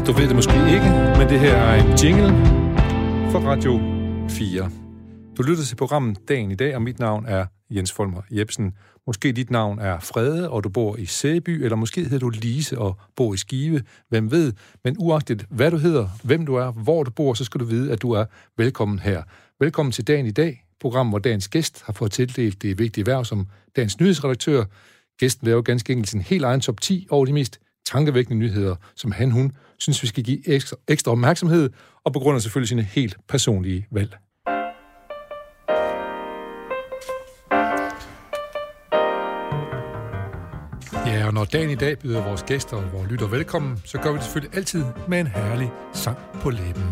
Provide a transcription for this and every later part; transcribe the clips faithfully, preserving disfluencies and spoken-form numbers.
Du ved det måske ikke, men det her er en jingle for Radio fire. Du lytter til programmet Dagen i dag, og mit navn er Jens Folmer Jebsen. Måske dit navn er Frede, og du bor i Sæby, eller måske hedder du Lise og bor i Skive. Hvem ved? Men uagtet hvad du hedder, hvem du er, hvor du bor, så skal du vide, at du er velkommen her. Velkommen til Dagen i dag, program, hvor dagens gæst har fået tildelt det vigtige værv som dagens nyhedsredaktør. Gæsten laver ganske enkelt sin helt egen top ti over de mest tankevækkende nyheder, som han, hun, synes, vi skal give ekstra, ekstra opmærksomhed, og på grund af selvfølgelig sine helt personlige valg. Ja, og når dagen i dag byder vores gæster og vores lytter velkommen, så gør vi det selvfølgelig altid med en herlig sang på læben.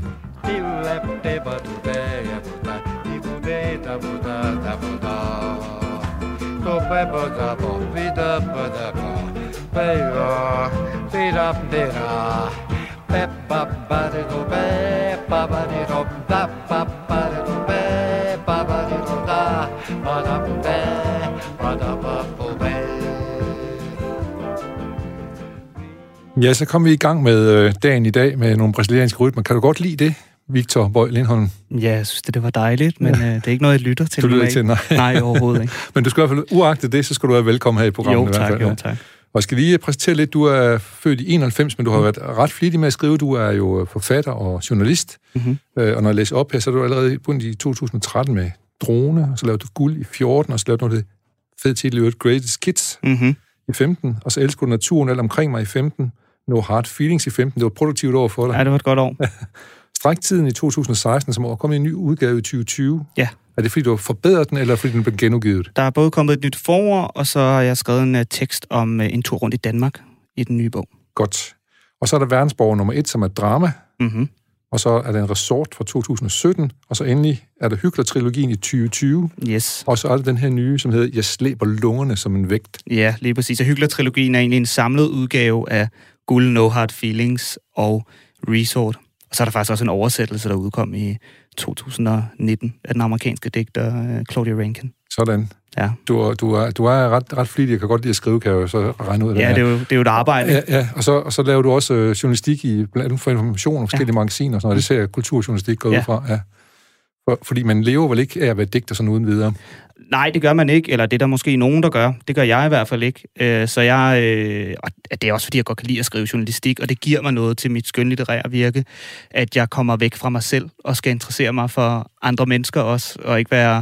Ja, så kom vi i gang med øh, dagen i dag med nogle brasilianske rytmer. Kan du godt lide det, Victor Bøj Lindholm? Ja, jeg synes, det, det var dejligt, men ja. øh, det er ikke noget, jeg lytter til. Du lytter ikke til, nej. Nej, overhovedet ikke. Men du skal i hvert fald, uagtet det, så skal du være velkommen her i programmet. Jo, tak, i hvert fald. jo, tak. Og jeg skal lige præsentere lidt. Du er født i enoghalvfems, men du har været ret flittig med at skrive. Du er jo forfatter og journalist. Mm-hmm. Øh, og når jeg læser op her, så er du allerede begyndt i to tusind og tretten med Drone, og så lavede du Guld i fjorten, og så lavede du noget fed titel, Greatest Kids mm-hmm. i femten, og så elsker du naturen alt omkring mig i femten. No Hard Feelings i femten. Det var et produktivt år for dig. Ja, det var et godt år. Stræktiden i to tusind og seksten, som år, kom en ny udgave i tyve tyve. Ja. Er det fordi, du har forbedret den, eller fordi den blev genudgivet? Der er både kommet et nyt forord, og så har jeg skrevet en uh, tekst om uh, en tur rundt i Danmark i den nye bog. Godt. Og så er der verdensborger nummer et, som er drama. Mhm. Og så er der en resort fra to tusind og sytten. Og så endelig er der Hykler-trilogien i tyve tyve. Yes. Og så er der den her nye, som hedder Jeg slæber lungerne som en vægt. Ja, lige præcis. Og Hykler-trilogien er egentlig en samlet udgave af Guld, No Hard Feelings og Resort. Og så er der faktisk også en oversættelse, der udkom i to tusind og nitten af den amerikanske digter Claudia Rankine. Sådan. Ja. Du, du, er, du er ret, ret flittig. Jeg kan godt lide at skrive, kan jeg jo så regne ud af det. Ja, det er, jo, det er jo et arbejde. Ja, ja. Og, så, og så laver du også øh, journalistik i blandt andet for information og forskellige ja. magasiner og sådan noget. Det ser kulturjournalistik går ja. ud fra. Ja. For, fordi man lever vel ikke af at være digter sådan uden videre? Nej, det gør man ikke, eller det er der måske nogen, der gør. Det gør jeg i hvert fald ikke. Så jeg, og det er også fordi, jeg godt kan lide at skrive journalistik, og det giver mig noget til mit skønlitterære virke, at jeg kommer væk fra mig selv og skal interessere mig for andre mennesker også, og ikke være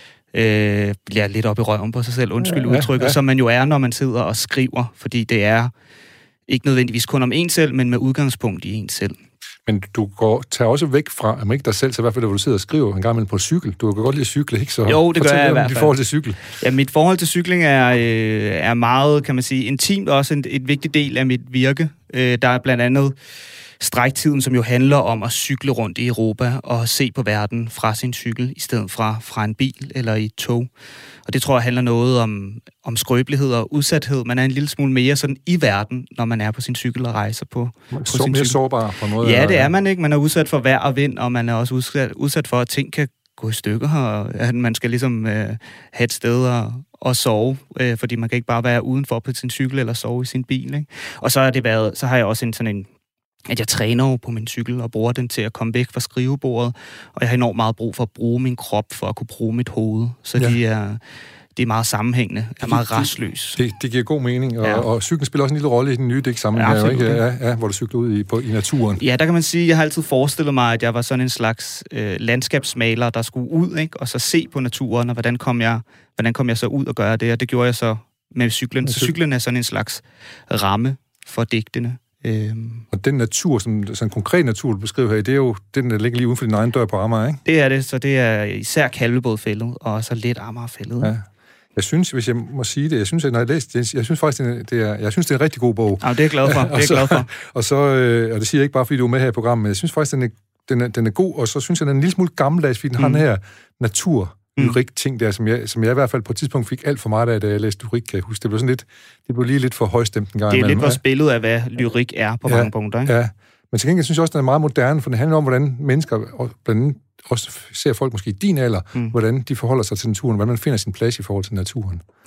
øh, bliver lidt op i røven på sig selv, undskyld ja, udtrykket, ja, ja. som man jo er, når man sidder og skriver, fordi det er ikke nødvendigvis kun om en selv, men med udgangspunkt i en selv. Men du går, tager også væk fra, om ikke dig selv, så i hvert fald, hvor du sidder og skriver en gang imellem på cykel. Du kan godt lide at cykle, ikke? Så jo, det gør jeg i hvert fald. Dit forhold til cykel. Ja, mit forhold til cykling er, øh, er meget, kan man sige, intimt, også en, et vigtigt del af mit virke. Øh, der er blandt andet stræktiden, som jo handler om at cykle rundt i Europa og se på verden fra sin cykel, i stedet fra, fra en bil eller i et tog. Og det tror jeg handler noget om, om skrøbelighed og udsathed. Man er en lille smule mere sådan i verden, når man er på sin cykel og rejser på, på så sin mere cykel. Sårbar på noget? Ja, det er man ikke. Man er udsat for vejr og vind, og man er også udsat, udsat for, at ting kan gå i stykker, og at man skal ligesom øh, have et sted og, og sove, øh, fordi man kan ikke bare være udenfor på sin cykel eller sove i sin bil. Ikke? Og så har det været, så har jeg også en sådan en at jeg træner på min cykel og bruger den til at komme væk fra skrivebordet, og jeg har enormt meget brug for at bruge min krop, for at kunne bruge mit hoved. Så ja. de er, de er meget sammenhængende, er meget rastløs. Det, det giver god mening, og, ja. og cyklen spiller også en lille rolle i den nye digtsamling, ja, ikke? Ja, ja, hvor du cykler ud i, på, i naturen. Ja, der kan man sige, at jeg har altid forestillet mig, at jeg var sådan en slags øh, landskabsmaler, der skulle ud, ikke? Og så se på naturen, og hvordan kom, jeg, hvordan kom jeg så ud og gøre det, og det gjorde jeg så med cyklen. Så cyklen er sådan en slags ramme for digtene. Øhm. Og den natur, som sådan en konkret natur, du beskriver her, det er jo den, der ligger lige uden for din egen dør på Amager, ikke? Det er det, så det er især Kalvebodfældet, og så lidt Amagerfældet. Ja. Jeg synes, hvis jeg må sige det, jeg synes, at når jeg læste det, jeg synes faktisk, det er, jeg synes, det er en rigtig god bog. Ja, det er jeg glad for. Det er jeg glad for. Og så, og det siger jeg ikke bare, fordi du er med her i programmet, men jeg synes faktisk, den er, den er, den er god, og så synes jeg, den er en lille smule gammeldags, fordi den mm. har den her natur. Lyrik ting der, som jeg, som jeg i hvert fald på et tidspunkt fik alt for meget af, da jeg læste lyrik, kan jeg huske. Det blev sådan lidt, det blev lige lidt for højstemt en gang. Det er lidt vores billede af, hvad lyrik er på ja, mange punkter, ikke? Ja, men til gengæld synes jeg også, den er meget moderne, for det handler om, hvordan mennesker, og blandt andet også ser folk måske i din alder, mm. hvordan de forholder sig til naturen, hvordan man finder sin plads i forhold til naturen.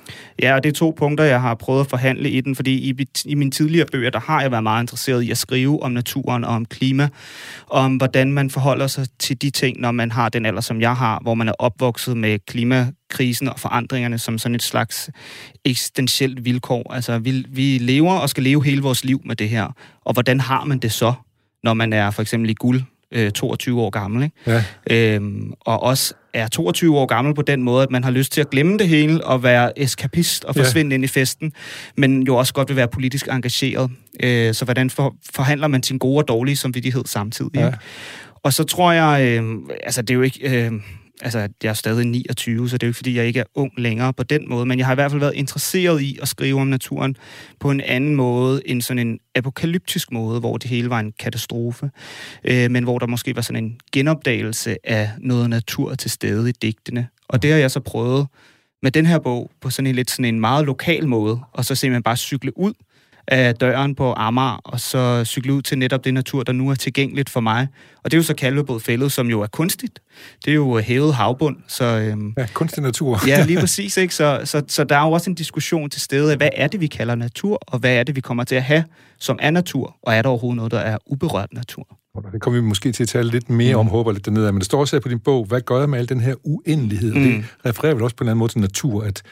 Ja, og det er to punkter, jeg har prøvet at forhandle i den, fordi i, i mine tidligere bøger, der har jeg været meget interesseret i at skrive om naturen og om klima, og om hvordan man forholder sig til de ting, når man har den alder, som jeg har, hvor man er opvokset med klimakrisen og forandringerne som sådan et slags eksistentielt vilkår. Altså, vi, vi lever og skal leve hele vores liv med det her, og hvordan har man det så, når man er for eksempel i guld, toogtyve år gammel, ikke? Ja. Øhm, og også er toogtyve år gammel på den måde, at man har lyst til at glemme det hele og være eskapist og forsvinde ja. ind i festen, men jo også godt vil være politisk engageret. Øh, så hvordan for, forhandler man sin gode og dårlige samvittighed samtidig? Ja. Og så tror jeg, øh, altså det er jo ikke... Øh, Altså, jeg er stadig niogtyve, så det er jo ikke, fordi jeg ikke er ung længere på den måde, men jeg har i hvert fald været interesseret i at skrive om naturen på en anden måde, end sådan en apokalyptisk måde, hvor det hele var en katastrofe, øh, men hvor der måske var sådan en genopdagelse af noget natur til stede i digtene. Og det har jeg så prøvet med den her bog på sådan en lidt sådan en meget lokal måde, og så simpelthen bare cykle ud af døren på Amager, og så cykle ud til netop det natur, der nu er tilgængeligt for mig. Og det er jo så Kalvebod Fælled, som jo er kunstigt. Det er jo hævet havbund. Så, øhm, ja, kunstig natur. Ja, lige præcis. Ikke? Så, så, så der er jo også en diskussion til stede af, hvad er det, vi kalder natur, og hvad er det, vi kommer til at have, som er natur, og er der overhovedet noget, der er uberørt natur? Det kommer vi måske til at tale lidt mere mm. om, håber lidt dernede. Men det står også her på din bog, hvad gør jeg med al den her uendelighed? Mm. Det refererer vel også på en eller anden måde til natur, at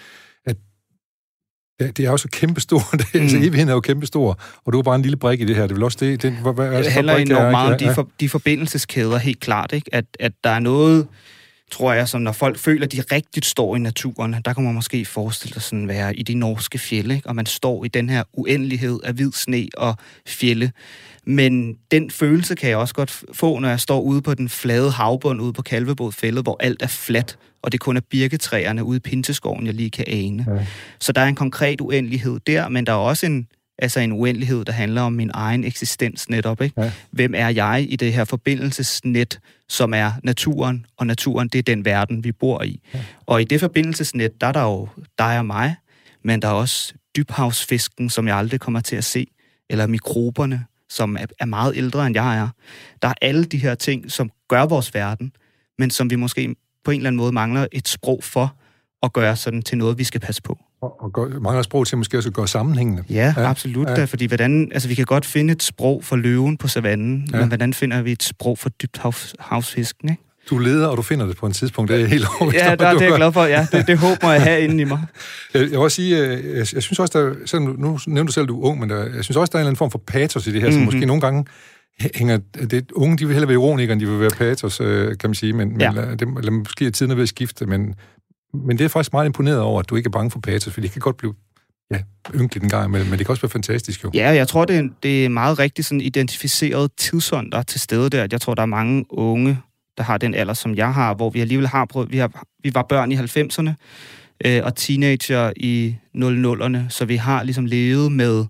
det er jo så kæmpestort. Mm. Altså, evigheden er jo kæmpestor, og du er bare en lille brik i det her. Det vil også det... det hvad, hvad, det handler enormt meget om de, for, de forbindelseskæder, helt klart, ikke? At, at der er noget, tror jeg, som når folk føler, at de rigtigt står i naturen, der kan man måske forestille sig sådan være i de norske fjelde, ikke? Og man står i den her uendelighed af hvid sne og fjelde. Men den følelse kan jeg også godt få, når jeg står ude på den flade havbund ude på Kalvebod Fælled, hvor alt er fladt, og det kun er birketræerne ude i Pinseskoven, jeg lige kan ane. Ja. Så der er en konkret uendelighed der, men der er også en, altså en uendelighed, der handler om min egen eksistens netop. Ikke? Ja. Hvem er jeg i det her forbindelsesnet, som er naturen, og naturen, det er den verden, vi bor i. Ja. Og i det forbindelsesnet, der er der jo dig og mig, men der er også dybhavsfisken, som jeg aldrig kommer til at se, eller mikroberne, som er meget ældre, end jeg er. Der er alle de her ting, som gør vores verden, men som vi måske på en eller anden måde mangler et sprog for at gøre sådan til noget, vi skal passe på. Og, og gør, mangler sprog til måske også at gøre sammenhængende. Ja, ja absolut. Ja. Da, fordi hvordan, altså, vi kan godt finde et sprog for løven på savannen, ja. Men hvordan finder vi et sprog for dybhavsfisken, ikke? Du leder, og du finder det på en tidspunkt. Det er helt overvist. Ja, der, det er jeg glad for. Ja, det, det håber må jeg have inde i mig. Jeg vil også sige, jeg, jeg synes også, der, selv, nu nævnte du selv, at du er ung, men der, jeg synes også, der er en eller anden form for patos i det her, mm-hmm. som måske nogle gange hænger... Det, unge, de vil hellere være ironikere, end de vil være patos, kan man sige, men, ja. men det, eller måske er tiden ved at skifte, men, men det er faktisk meget imponeret over, at du ikke er bange for patos, for det kan godt blive... Ja, ynkeligt en gang, men, men det kan også være fantastisk jo. Ja, jeg tror, det er, det er meget rigtig sådan identificeret tidsånd, der er til stede der. Jeg tror, der er mange unge, der har den alder, som jeg har, hvor vi alligevel har prøvet... Vi, har, vi var børn i halvfemserne, øh, og teenager i nullerne, så vi har ligesom levet med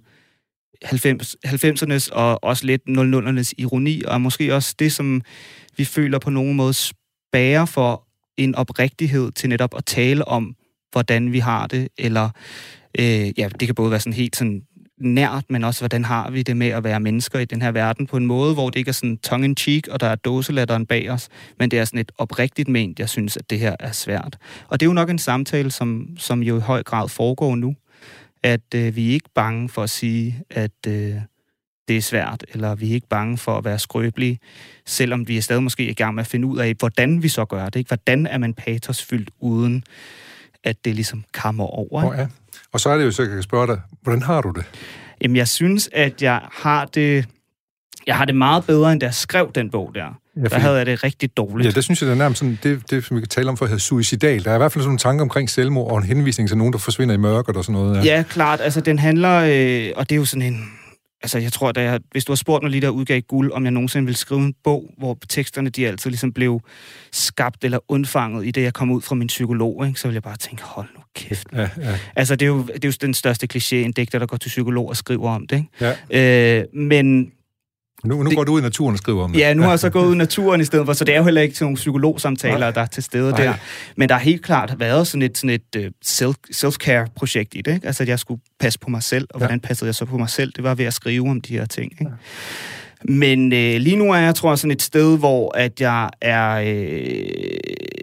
halvfemsernes og også lidt nullernes ironi, og måske også det, som vi føler på nogen måde spærrer for en oprigtighed til netop at tale om, hvordan vi har det, eller øh, ja, det kan både være sådan helt sådan nært, men også, hvordan har vi det med at være mennesker i den her verden på en måde, hvor det ikke er sådan tongue-in-cheek, og der er dåselatteren bag os, men det er sådan et oprigtigt ment, jeg synes, at det her er svært. Og det er jo nok en samtale, som, som jo i høj grad foregår nu, at øh, vi er ikke bange for at sige, at øh, det er svært, eller vi er ikke bange for at være skrøbelige, selvom vi er stadig måske i gang med at finde ud af, hvordan vi så gør det. Ikke? Hvordan er man patosfyldt, uden at det ligesom kammer over? Oh, ja. Og så er det jo så, jeg kan spørge dig, hvordan har du det? Jamen, jeg synes, at jeg har det, jeg har det meget bedre, end da jeg skrev den bog der. Ja, der havde jeg det rigtig dårligt. Ja, det synes jeg, det er nærmest sådan, det, det som vi kan tale om for at hedde suicidal. Der er i hvert fald sådan nogle tanker omkring selvmord, og en henvisning til nogen, der forsvinder i mørket og sådan noget. Ja, ja klart. Altså, den handler, øh, og det er jo sådan en... Altså, jeg tror, at jeg, hvis du har spurgt mig lige der udgav Guld, om jeg nogensinde ville skrive en bog, hvor teksterne, de altid ligesom blev skabt eller undfanget i det, jeg kom ud fra min psykolog, ikke? Så ville jeg bare tænke, hold nu kæft. Ja, ja. Altså, det er, jo, det er jo den største kliché, en digter, der går til psykolog og skriver om det, ikke? Ja. Øh, men... Nu, nu det, går du ud i naturen og skriver om det. Ja, nu har jeg så gået ud i naturen i stedet for, så det er jo heller ikke til nogle psykologsamtaler, Nej. der er til stede Nej. der. Men der har helt klart været sådan et, sådan et uh, self-care-projekt i det, ikke? Altså, at jeg skulle passe på mig selv, og ja. hvordan passede jeg så på mig selv? Det var ved at skrive om de her ting, ikke? Ja. Men øh, lige nu er jeg, tror jeg, sådan et sted, hvor at jeg er øh,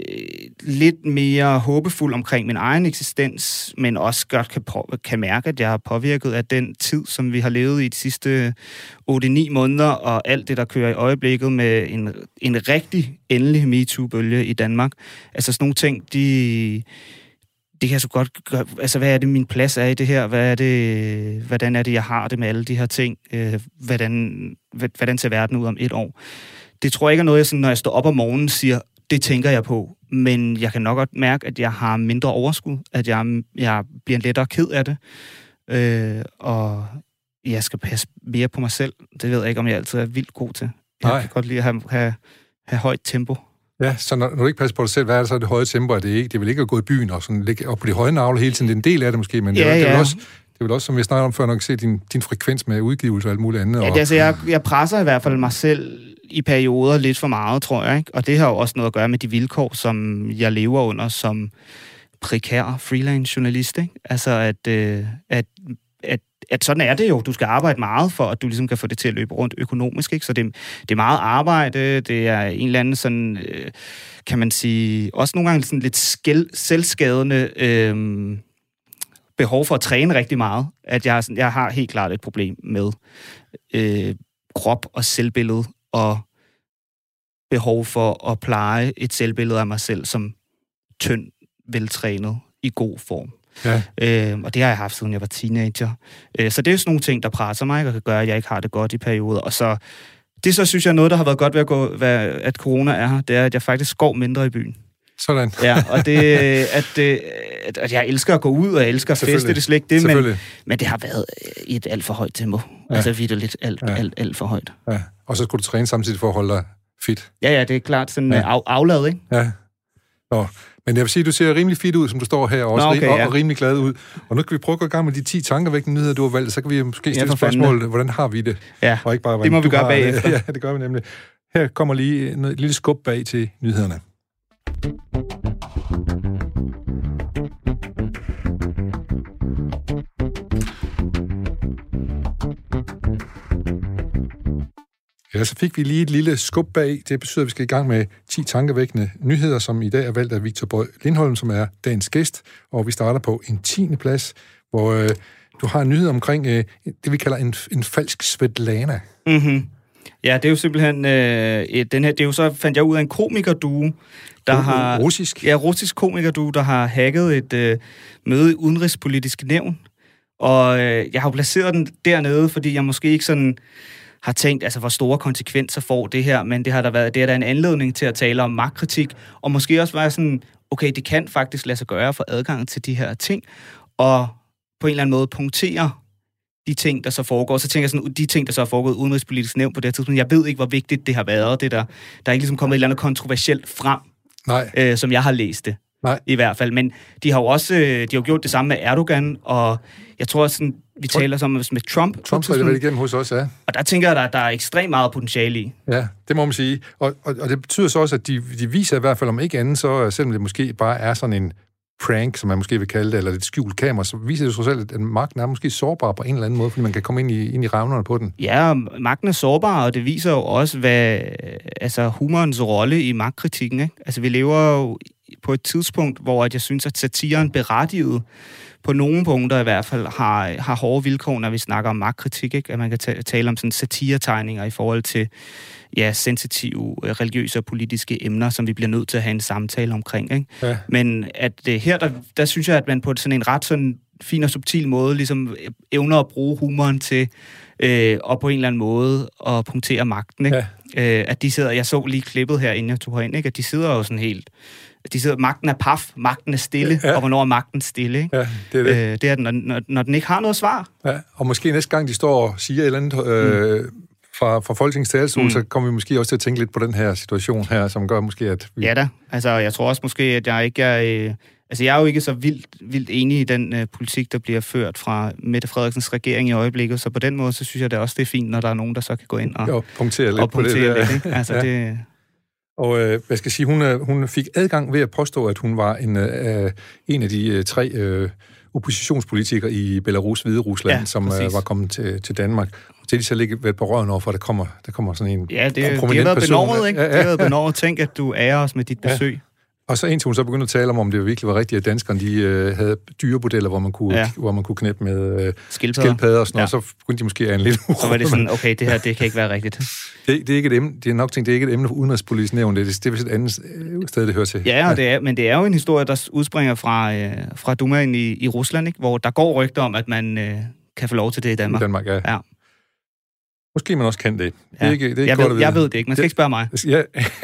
lidt mere håbefuld omkring min egen eksistens, men også godt kan, på, kan mærke, at jeg er påvirket af den tid, som vi har levet i de sidste otte ni måneder, og alt det, der kører i øjeblikket med en, en rigtig endelig MeToo-bølge i Danmark. Altså sådan nogle ting, de... Det kan jeg så godt gøre. Altså, hvad er det, min plads er i det her? Hvad er det, hvordan er det, jeg har det med alle de her ting? Øh, hvordan, hvordan ser verden ud om et år? Det tror jeg ikke er noget, jeg sådan, når jeg står op om morgenen, siger, det tænker jeg på. Men jeg kan nok godt mærke, at jeg har mindre overskud. At jeg, jeg bliver lettere ked af det. Øh, og jeg skal passe mere på mig selv. Det ved jeg ikke, om jeg altid er vildt god til. Jeg Nej. kan godt lide at have, have, have højt tempo. Ja, så når, når du ikke passer på dig selv, hvad er det så det høje tempo? Er det ikke? Det vil ikke at gå i byen og sådan ligge op på de høje navler hele tiden. Det er en del af det måske, men ja, det, er, det, er ja. også, det er vel også, som vi snakkede om før, nok se din, din frekvens med udgivelse og alt muligt andet. Ja, det, altså, jeg, jeg presser i hvert fald mig selv i perioder lidt for meget, tror jeg. Ikke? Og det har jo også noget at gøre med de vilkår, som jeg lever under som prekær freelance journalist. Ikke? Altså, at, øh, at, at at sådan er det jo. Du skal arbejde meget for, at du ligesom kan få det til at løbe rundt økonomisk, ikke? Så det, det er meget arbejde, det er en eller anden sådan, øh, kan man sige, også nogle gange sådan lidt skæld, selvskadende øh, behov for at træne rigtig meget. At jeg, jeg har helt klart et problem med øh, krop og selvbillede, og behov for at pleje et selvbillede af mig selv som tynd, veltrænet, i god form. Ja. Øh, og det har jeg haft, siden jeg var teenager. Øh, så det er jo sådan nogle ting, der presser mig, og kan gøre, at jeg ikke har det godt i perioder. Og så, det så synes jeg, noget, der har været godt ved at, gå, ved at corona er her, det er, at jeg faktisk går mindre i byen. Sådan. Ja, og det, at, at, at jeg elsker at gå ud, og jeg elsker at feste, det er slet ikke det, men, men det har været i et alt for højt tempo. Ja. Altså vitterligt alt, ja. alt, alt for højt. Ja. Og så skulle du træne samtidig for at holde dig fit. Ja, ja, det er klart sådan ja. af, afladet, ikke? Ja. Nå. Men jeg vil sige, at du ser rimelig fit ud, som du står her, og også Nå, okay, og, ja. og rimelig glad ud. Og nu kan vi prøve at gå i gang med de ti tankevækkende nyheder, du har valgt. Så kan vi måske stille ja, spørgsmål, hvordan har vi det? Ja, og ikke bare, det må vi gøre bagefter. Ja, det gør vi nemlig. Her kommer lige et lille skub bag til nyhederne. Ja, så fik vi lige et lille skub bag. Det betyder, at vi skal i gang med ti tankevækkende nyheder, som i dag er valgt af Victor Bøj Lindholm, som er dagens gæst. Og vi starter på en tiende plads, hvor øh, du har en nyhed omkring øh, det, vi kalder en, en falsk Svetlana. Mm-hmm. Ja, det er jo simpelthen... Øh, den her, det er jo så, fandt jeg ud af en komikerduo, der R- har... Russisk? Ja, russisk komikerduo, der har hacket et øh, møde i udenrigspolitisk nævn. Og øh, jeg har jo placeret den dernede, fordi jeg måske ikke sådan... har tænkt, altså hvor store konsekvenser får det her, men det har der været, det er der en anledning til at tale om magtkritik, og måske også være sådan, okay, det kan faktisk lade sig gøre for adgang til de her ting, og på en eller anden måde punktere de ting, der så foregår. Så tænker jeg sådan, de ting, der så er foregået udenrigspolitisk nævn på det her tidspunkt, jeg ved ikke, hvor vigtigt det har været, det der. Der er ikke ligesom kommet et eller andet kontroversielt frem, Nej. Øh, som jeg har læst det. Nej. I hvert fald. Men de har jo også de har gjort det samme med Erdogan, og jeg tror sådan, vi tror, taler som med Trump. Trump har det vel igennem hos os, ja. Og der tænker jeg, at der, der er ekstremt meget potentiale i. Ja, det må man sige. Og, og, og det betyder så også, at de, de viser i hvert fald om ikke andet, så selvom det måske bare er sådan en prank, som man måske vil kalde det, eller et skjult kamera, så viser det sig selv, at magten er måske sårbar på en eller anden måde, fordi man kan komme ind i, ind i revnerne på den. Ja, magten er sårbar, og det viser jo også, hvad altså humorens rolle i magtkritikken, ikke? Altså, vi lever jo på et tidspunkt, hvor jeg synes, at satiren berettiget på nogle punkter i hvert fald har, har hårde vilkår, når vi snakker om magtkritik, ikke? At man kan ta- tale om sådan satiretegninger i forhold til ja, sensitive, religiøse og politiske emner, som vi bliver nødt til at have en samtale omkring, ikke? Ja. Men at uh, her, der, der synes jeg, at man på sådan en ret sådan fin og subtil måde ligesom evner at bruge humoren til øh, og på en eller anden måde at punktere magten, ikke? Ja. Øh, at de sidder, jeg så lige klippet her, inden jeg tog herind, ikke? At de sidder jo sådan helt, de sidder, magten er paf, magten er stille, ja. Og hvornår er magten stille, ikke? Ja, det er det. Øh, det er den, når, når den ikke har noget svar. Ja, og måske næste gang, de står og siger et eller andet øh, mm. fra, fra Folketingets talerstol, mm. så kommer vi måske også til at tænke lidt på den her situation her, som gør måske, at vi... Ja da, altså jeg tror også måske, at jeg ikke er... Øh, altså jeg er jo ikke så vildt, vildt enig i den øh, politik, der bliver ført fra Mette Frederiksens regering i øjeblikket, så på den måde, så synes jeg det også, det er fint, når der er nogen, der så kan gå ind og... Jo, punktere lidt og punktere på det. Lidt, ikke? Altså ja. det... Og øh, hvad skal jeg sige, hun, hun fik adgang ved at påstå, at hun var en, øh, en af de øh, tre øh, oppositionspolitikere i Belarus, Hvide Rusland, ja, som øh, var kommet til, til Danmark. Og til de så ligger været på røven over, for der kommer, der kommer sådan en ja, det, prominent person. det har været benåret, ikke? Ja, ja. Det har været benåret. Tænk, at du ærer os med dit besøg. Ja. Og så indtil hun så begyndte at tale om, om det virkelig var rigtigt, at danskerne de, øh, havde dyremodeller, hvor man kunne, ja. hvor man kunne knæppe med øh, skildpadder. skildpadder og sådan noget, ja. Så begyndte de måske at en lidt uro. Så var det sådan, okay, det her, det kan ikke være rigtigt. det, det, er ikke et emne, det er nok ting, det er ikke et emne for udenrigspolitisk nævn, det er, det er vist et andet sted, det hører til. Ja, og det er, men det er jo en historie, der udspringer fra, øh, fra Dumaen i, i Rusland, ikke? Hvor der går rygter om, at man øh, kan få lov til det i Danmark. I Danmark, ja. ja. Måske man også kan det. Det er ja. ikke, det er ikke jeg, godt ved, at vide. jeg ved det ikke. Man skal det, ikke spørge mig. Ja,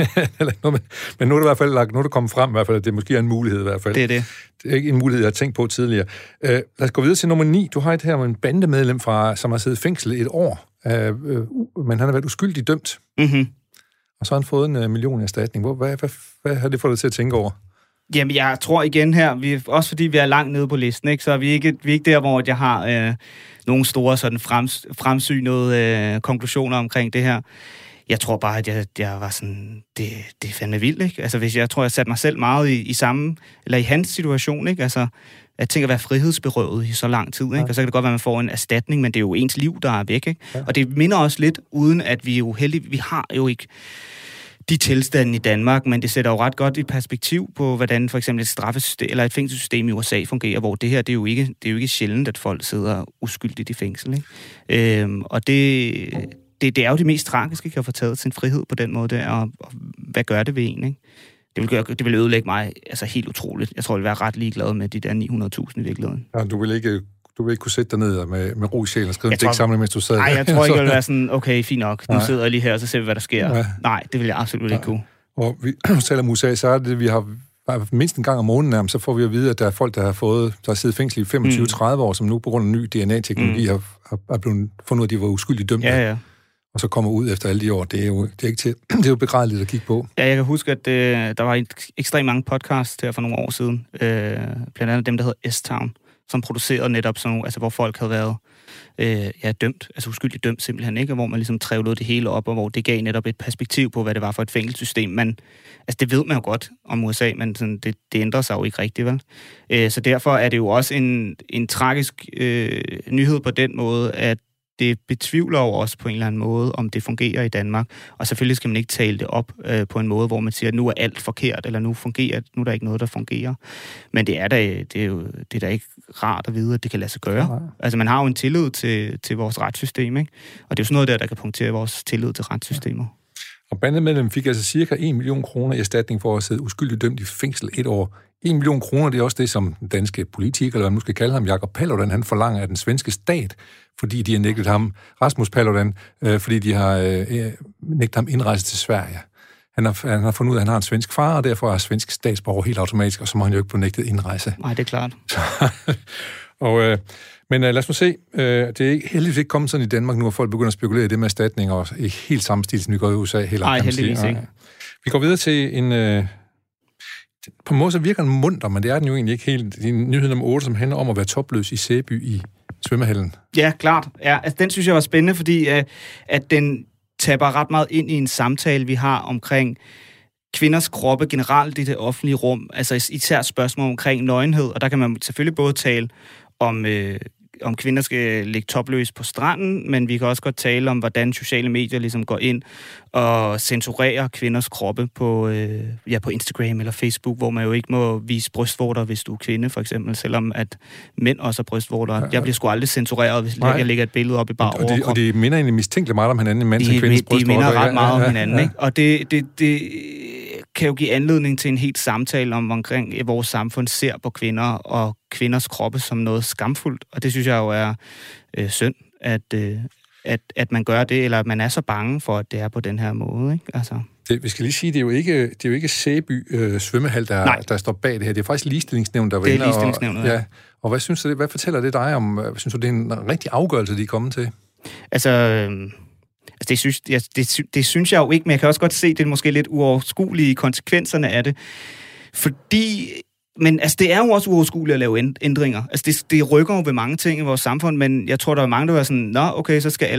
men nu er det i hvert fald nu er det kommet frem, i hvert fald, at det måske er en mulighed i hvert fald. Det er det. Det er ikke en mulighed, jeg har tænkt på tidligere. Uh, lad os gå videre til nummer ni. Du har et her med en bandemedlem, fra, som har siddet i fængsel et år, uh, uh, men han har været uskyldig dømt. Mm-hmm. Og så har han fået en uh, million i erstatning. Hvad, hvad, hvad, hvad har det fået dig til at tænke over? Jamen, jeg tror igen her, vi, også fordi vi er langt nede på listen, ikke, så er vi ikke, vi er ikke der, hvor jeg har øh, nogle store sådan frems, fremsynede øh, konklusioner omkring det her. Jeg tror bare, at jeg, jeg var sådan, det, det er fandme vildt, ikke? Altså, hvis jeg tror, jeg satte mig selv meget i, i samme, eller i hans situation, ikke? Altså, jeg tænker at være frihedsberøvet i så lang tid, ikke? Ja. Og så kan det godt være, at man får en erstatning, men det er jo ens liv, der er væk, ikke? Ja. Og det minder også lidt, uden at vi jo heldig, vi har jo ikke de tilstande i Danmark, men det sætter jo ret godt i perspektiv på, hvordan for eksempel et straffesystem eller et fængselssystem i U S A fungerer, hvor det her, det er jo ikke, det er jo ikke sjældent, at folk sidder uskyldigt i fængsel, ikke? Øhm, og det, det, det er jo det mest tragiske, kan få taget sin frihed på den måde der, og, og hvad gør det ved en, ikke? Det vil, gøre, det vil ødelægge mig altså helt utroligt. Jeg tror, jeg vil være ret ligeglad med de der ni hundrede tusind i virkeligheden. Ja, du vil ikke... Du vil ikke kunne sætte dig ned med, med ro i sjælen og skrive en digtsamling, mens du sad der. Nej, jeg tror ikke, jeg vil være sådan, okay, fint nok, nu nej. sidder jeg lige her, og så ser vi, hvad der sker. Ja. Nej, det vil jeg absolut ikke kunne. Og vi taler om U S A, så er det, vi har mindst en gang om måneden nærmest, så får vi at vide, at der er folk, der har fået, der har siddet i fængsel i femogtyve til tredive år, som nu på grund af ny D N A-teknologi mm. har, har blevet fundet ud af, at de var uskyldigt dømte. Ja, ja. Og så kommer ud efter alle de år. Det er jo, det er ikke til, det er jo begrædeligt at kigge på. Ja, jeg kan huske, at øh, der var ekstremt mange podcasts her for nogle år siden. Øh, blandt andet dem, der hedder S-Town, som producerede netop sådan nogle, altså hvor folk havde været øh, ja, dømt, altså uskyldigt dømt simpelthen, ikke? Og hvor man ligesom trævlede det hele op, og hvor det gav netop et perspektiv på, hvad det var for et fængselssystem. Men altså det ved man jo godt om U S A, men sådan, det, det ændrer sig jo ikke rigtigt, vel? Øh, så derfor er det jo også en, en tragisk øh, nyhed på den måde, at det betvivler jo også på en eller anden måde, om det fungerer i Danmark. Og selvfølgelig skal man ikke tale det op øh, på en måde, hvor man siger, at nu er alt forkert, eller nu fungerer, nu er der ikke noget, der fungerer. Men det er da, det er jo, det er da ikke rart at vide, at det kan lade sig gøre. Ja. Altså man har jo en tillid til, til vores retssystem, ikke? Og det er jo sådan noget der, der kan punktere vores tillid til retssystemer. Og bandemedlem fik altså cirka en million kroner i erstatning for at sidde uskyldigt dømt i fængsel et år. en million kroner, det er også det, som den danske politiker, eller hvad man nu skal kalde ham, Jakob Paludan, han forlanger af den svenske stat, fordi de har nægtet ham, Rasmus Paludan, øh, fordi de har øh, nægtet ham indrejse til Sverige. Han har, han har fundet ud af, at han har en svensk far, og derfor er svensk statsborger helt automatisk, og så må han jo ikke blive nægtet indrejse. Nej, det er klart. og, øh, men øh, lad os nu se. Øh, det er heldigvis ikke kommet sådan i Danmark nu, at folk begynder at spekulere i det med erstatning, og ikke helt samme stil, som vi går i U S A. Nej, heldigvis ikke. Vi går videre til en... Øh, på en måde så virker den munter, men det er den jo egentlig ikke helt. Det er nyhed nummer otte, som handler om at være topløs i Sæby i svømmehallen. Ja, klart. Ja, altså, den synes jeg var spændende, fordi uh, at den taber ret meget ind i en samtale, vi har omkring kvinders kroppe generelt i det offentlige rum. Altså især spørgsmål omkring nøgenhed, og der kan man selvfølgelig både tale om... Uh, om kvinder skal ligge topløs på stranden, men vi kan også godt tale om, hvordan sociale medier ligesom går ind og censurerer kvinders kroppe på, øh, ja, på Instagram eller Facebook, hvor man jo ikke må vise brystvorter, hvis du er kvinde, for eksempel, selvom at mænd også har brystvorter. Ja, ja. Jeg bliver sgu aldrig censureret, hvis Nej. jeg lægger et billede op i bare overkrop. Og de minder egentlig mistænkeligt meget om hinanden, mænds og kvinders brystvorter. De minder ret meget om hinanden, ja, ja, ja. Ikke? Og det, det, det kan jo give anledning til en helt samtale om, omkring at vores samfund ser på kvinder og kvinders kroppe som noget skamfuldt. Og det synes jeg jo er øh, synd, at, øh, at, at man gør det, eller at man er så bange for, at det er på den her måde. Ikke? Altså. Det, vi skal lige sige, det er jo ikke, det er jo ikke Sæby øh, svømmehal, der, der står bag det her. Det er faktisk ligestillingsnævnet, der var inde. Det er ligestillingsnævnet, ja. ja. Og hvad synes du, hvad fortæller det dig om? Synes du, det er en rigtig afgørelse, de er kommet til? Altså... Øh... Altså det, synes, jeg, det, det synes jeg jo ikke, men jeg kan også godt se, det er måske lidt uoverskuelige konsekvenserne af det. Fordi, men altså det er jo også uoverskueligt at lave ændringer. Altså det, det rykker jo ved mange ting i vores samfund, men jeg tror, der er mange, der er sådan, nå okay, så skal alle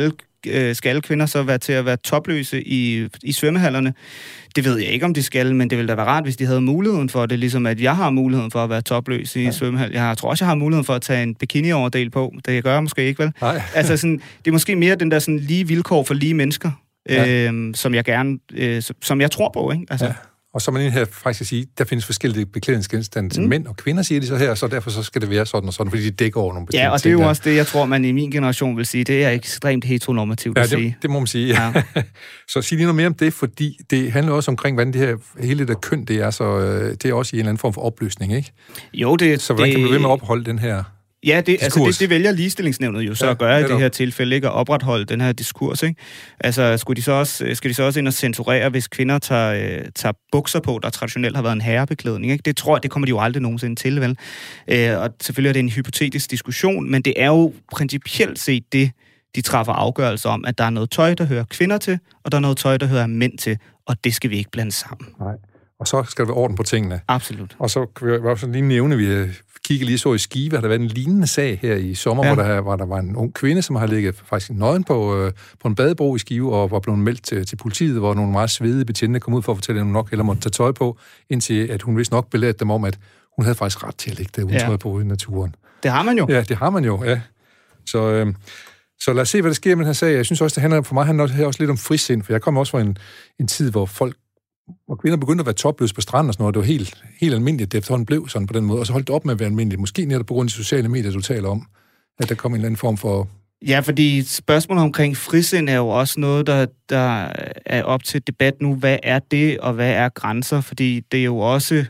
øh, skal alle kvinder så være til at være topløse i, i svømmehallerne? Det ved jeg ikke, om de skal, men det ville da være rart, hvis de havde muligheden for det, ligesom at jeg har muligheden for at være topløs i ja. svømmehal. Jeg tror også, jeg har muligheden for at tage en bikini-overdel på. Det gør jeg måske ikke, vel? Nej. Altså sådan, det er måske mere den der sådan lige vilkår for lige mennesker, ja. øh, som jeg gerne, øh, som jeg tror på, ikke? Altså. Ja. Og så man her faktisk sige, der findes forskellige beklædningsgenstande til mm. mænd og kvinder, siger de så her, så derfor så skal det være sådan og sådan, fordi de dækker over nogle bestemte ting. Ja, og det er jo der. Også det, jeg tror, man i min generation vil sige, det er ekstremt heteronormativt ja, at det, sige. det må man sige. Ja. Så sig lige noget mere om det, fordi det handler også omkring, hvordan det her, hele det der køn, det er, så det er også i en eller anden form for opløsning, ikke? Jo, det... Så hvordan det, kan man blive ved med at opholde den her... Ja, det, altså det, det vælger ligestillingsnævnet jo så ja, at gøre i det her tilfælde, ikke? At opretholde den her diskurs, ikke? Altså, skulle de så også, skal de så også ind og censurere, hvis kvinder tager, øh, tager bukser på, der traditionelt har været en herrebeklædning, ikke? Det tror jeg, det kommer de jo aldrig nogensinde til, vel? Øh, og selvfølgelig er det en hypotetisk diskussion, men det er jo principielt set det, de træffer afgørelser om, at der er noget tøj, der hører kvinder til, og der er noget tøj, der hører mænd til, og det skal vi ikke blande sammen. Nej. Og så skal der være orden på tingene. Absolut. Og så kan vi også lige nævne, vi kigger lige så i Skive, har der været en lignende sag her i sommer, ja. hvor, der, hvor der var en ung kvinde, som har ligget faktisk nøgen på, øh, på en badebro i Skive, og var blevet meldt til, til politiet, hvor nogle meget svedige betjente kom ud for at fortælle, at hun nok eller måtte tage tøj på, indtil at hun vist nok belærte dem om, at hun havde faktisk ret til at ligge der uden ja. tøj på i naturen. Det har man jo. Ja, det har man jo, ja. Så, øh, så lad os se, hvad der sker med den her sag. Jeg synes også, det handler for mig handler det her også lidt om frisind, for jeg kommer også fra en, en tid, hvor folk hvor kvinder begyndte at være topløse på stranden og sådan noget. Det var helt, helt almindeligt, det efterhånden blev sådan på den måde. Og så holdt det op med at være almindeligt. Måske netop på grund af de sociale medier, du taler om, at der kom en eller anden form for... Ja, fordi spørgsmålet omkring frisind er jo også noget, der, der er op til debat nu. Hvad er det, og hvad er grænser? Fordi det er jo også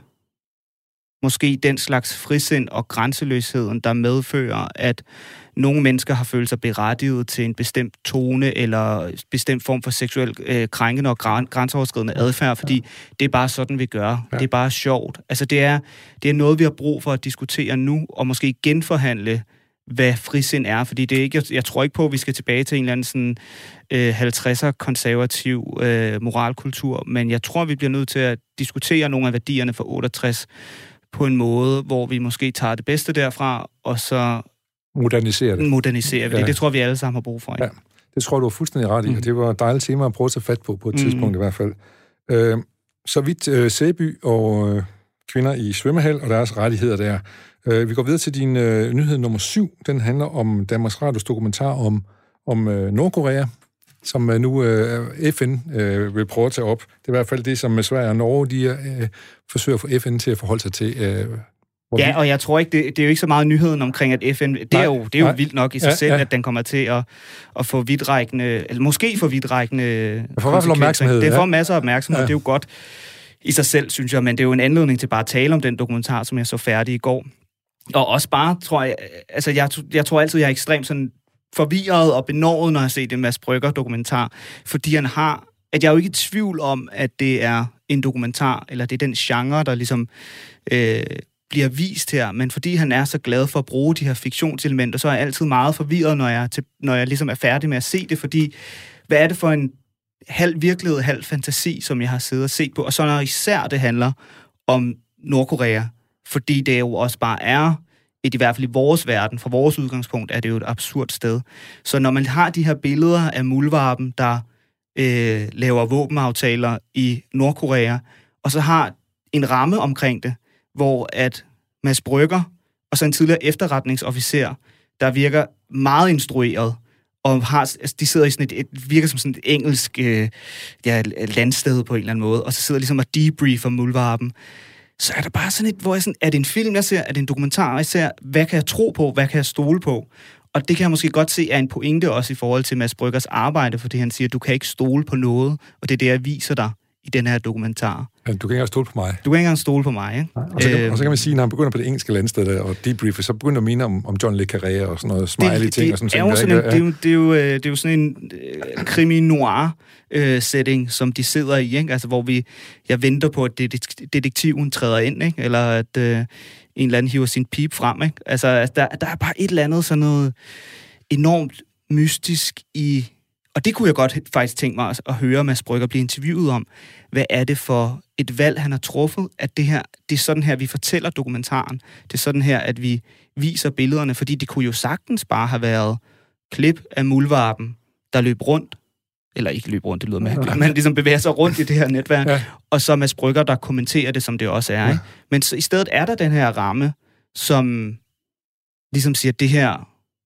måske den slags frisind og grænseløsheden, der medfører, at nogle mennesker har følt sig berettiget til en bestemt tone eller en bestemt form for seksuel øh, krænkende og græn, grænseoverskridende adfærd, fordi det er bare sådan, vi gør. Ja. Det er bare sjovt. Altså, det er, det er noget, vi har brug for at diskutere nu, og måske genforhandle, hvad frisind er, fordi det er ikke, jeg, jeg tror ikke på, at vi skal tilbage til en eller anden sådan, øh, halvtredser konservativ øh, moralkultur, men jeg tror, vi bliver nødt til at diskutere nogle af værdierne fra otteogtres på en måde, hvor vi måske tager det bedste derfra, og så modernisere det. Modernisere det. Ja. Det tror vi alle sammen har brug for. Ikke? Ja, det tror du er fuldstændig ret i, mm. og det var et dejligt tema at prøve at tage fat på, på et mm. tidspunkt i hvert fald. Øh, så vidt øh, Sæby og øh, kvinder i svømmehal og deres rettigheder der. Øh, vi går videre til din øh, nyhed nummer syv. Den handler om Danmarks Radios dokumentar om, om øh, Nordkorea, som øh, nu øh, F N øh, vil prøve at tage op. Det er i hvert fald det, som Sverige og Norge de, øh, forsøger at få F N til at forholde sig til. Øh, Ja, og jeg tror ikke, det, det er jo ikke så meget nyheden omkring, at F N, det er jo, det er jo vildt nok i sig ja, selv, ja. at den kommer til at, at få vidtrækkende, eller måske få vidtrækkende for i hvert fald opmærksomhed. Det får masser af opmærksomhed, ja. Det er jo godt i sig selv, synes jeg, men det er jo en anledning til bare at tale om den dokumentar, som jeg så færdig i går. Og også bare, tror jeg, altså jeg, jeg tror altid, jeg er ekstremt sådan forvirret og benådet, når jeg ser en Mads Brügger-dokumentar, fordi han har, at jeg er jo ikke i tvivl om, at det er en dokumentar, eller det er den genre, der ligesom øh, bliver vist her, men fordi han er så glad for at bruge de her fiktionselementer, så er jeg altid meget forvirret, når jeg, til, når jeg ligesom er færdig med at se det, fordi hvad er det for en halv virkelighed, halv fantasi, som jeg har siddet og set på, og så når især det handler om Nordkorea, fordi det jo også bare er, et, i hvert fald i vores verden, fra vores udgangspunkt, er det jo et absurd sted. Så når man har de her billeder af muldvarpen, der øh, laver våbenaftaler i Nordkorea, og så har en ramme omkring det, hvor at Mads Brügger og så en tidligere efterretningsofficer, der virker meget instrueret, og har, altså, de sidder i sådan et, et virker som sådan et engelsk øh, ja, landsted på en eller anden måde, og så sidder ligesom og debriefer muldvarpen. Så er der bare sådan et, hvor jeg sådan, er det en film, jeg ser, er det en dokumentar, jeg ser, hvad kan jeg tro på, hvad kan jeg stole på? Og det kan jeg måske godt se er en pointe også i forhold til Mads Brüggers arbejde, fordi han siger, du kan ikke stole på noget, og det er det, jeg viser dig i den her dokumentar. Ja, du kan ikke engang stole på mig. Du kan ikke engang stole på mig, ikke? Nej, og, så kan, øh, og så kan man sige, når han begynder på det engelske landsted der, og debriefer, så begynder at mene om, om John le Carré og sådan noget smiley ting det, og sådan ting. Det, sådan en, det, er jo, det, er jo, det er jo sådan en uh, krimi-noir-setting, uh, som de sidder i, ikke? Altså, hvor vi, jeg venter på, at detektiven træder ind, ikke? Eller at uh, en eller anden hiver sin pip frem, ikke? Altså, der, der er bare et eller andet sådan noget enormt mystisk i... Og det kunne jeg godt faktisk tænke mig at høre Mads Brügger blive interviewet om. Hvad er det for et valg, han har truffet? At det her, det er sådan her, vi fortæller dokumentaren. Det er sådan her, at vi viser billederne, fordi det kunne jo sagtens bare have været klip af muldvarpen der løb rundt, eller ikke løb rundt, det lyder mærkeligt, men ligesom bevæger sig rundt i det her netværk, ja. Og så Mads Brügger, der kommenterer det, som det også er. Ja. Ikke? Men så, i stedet er der den her ramme, som ligesom siger, at det her,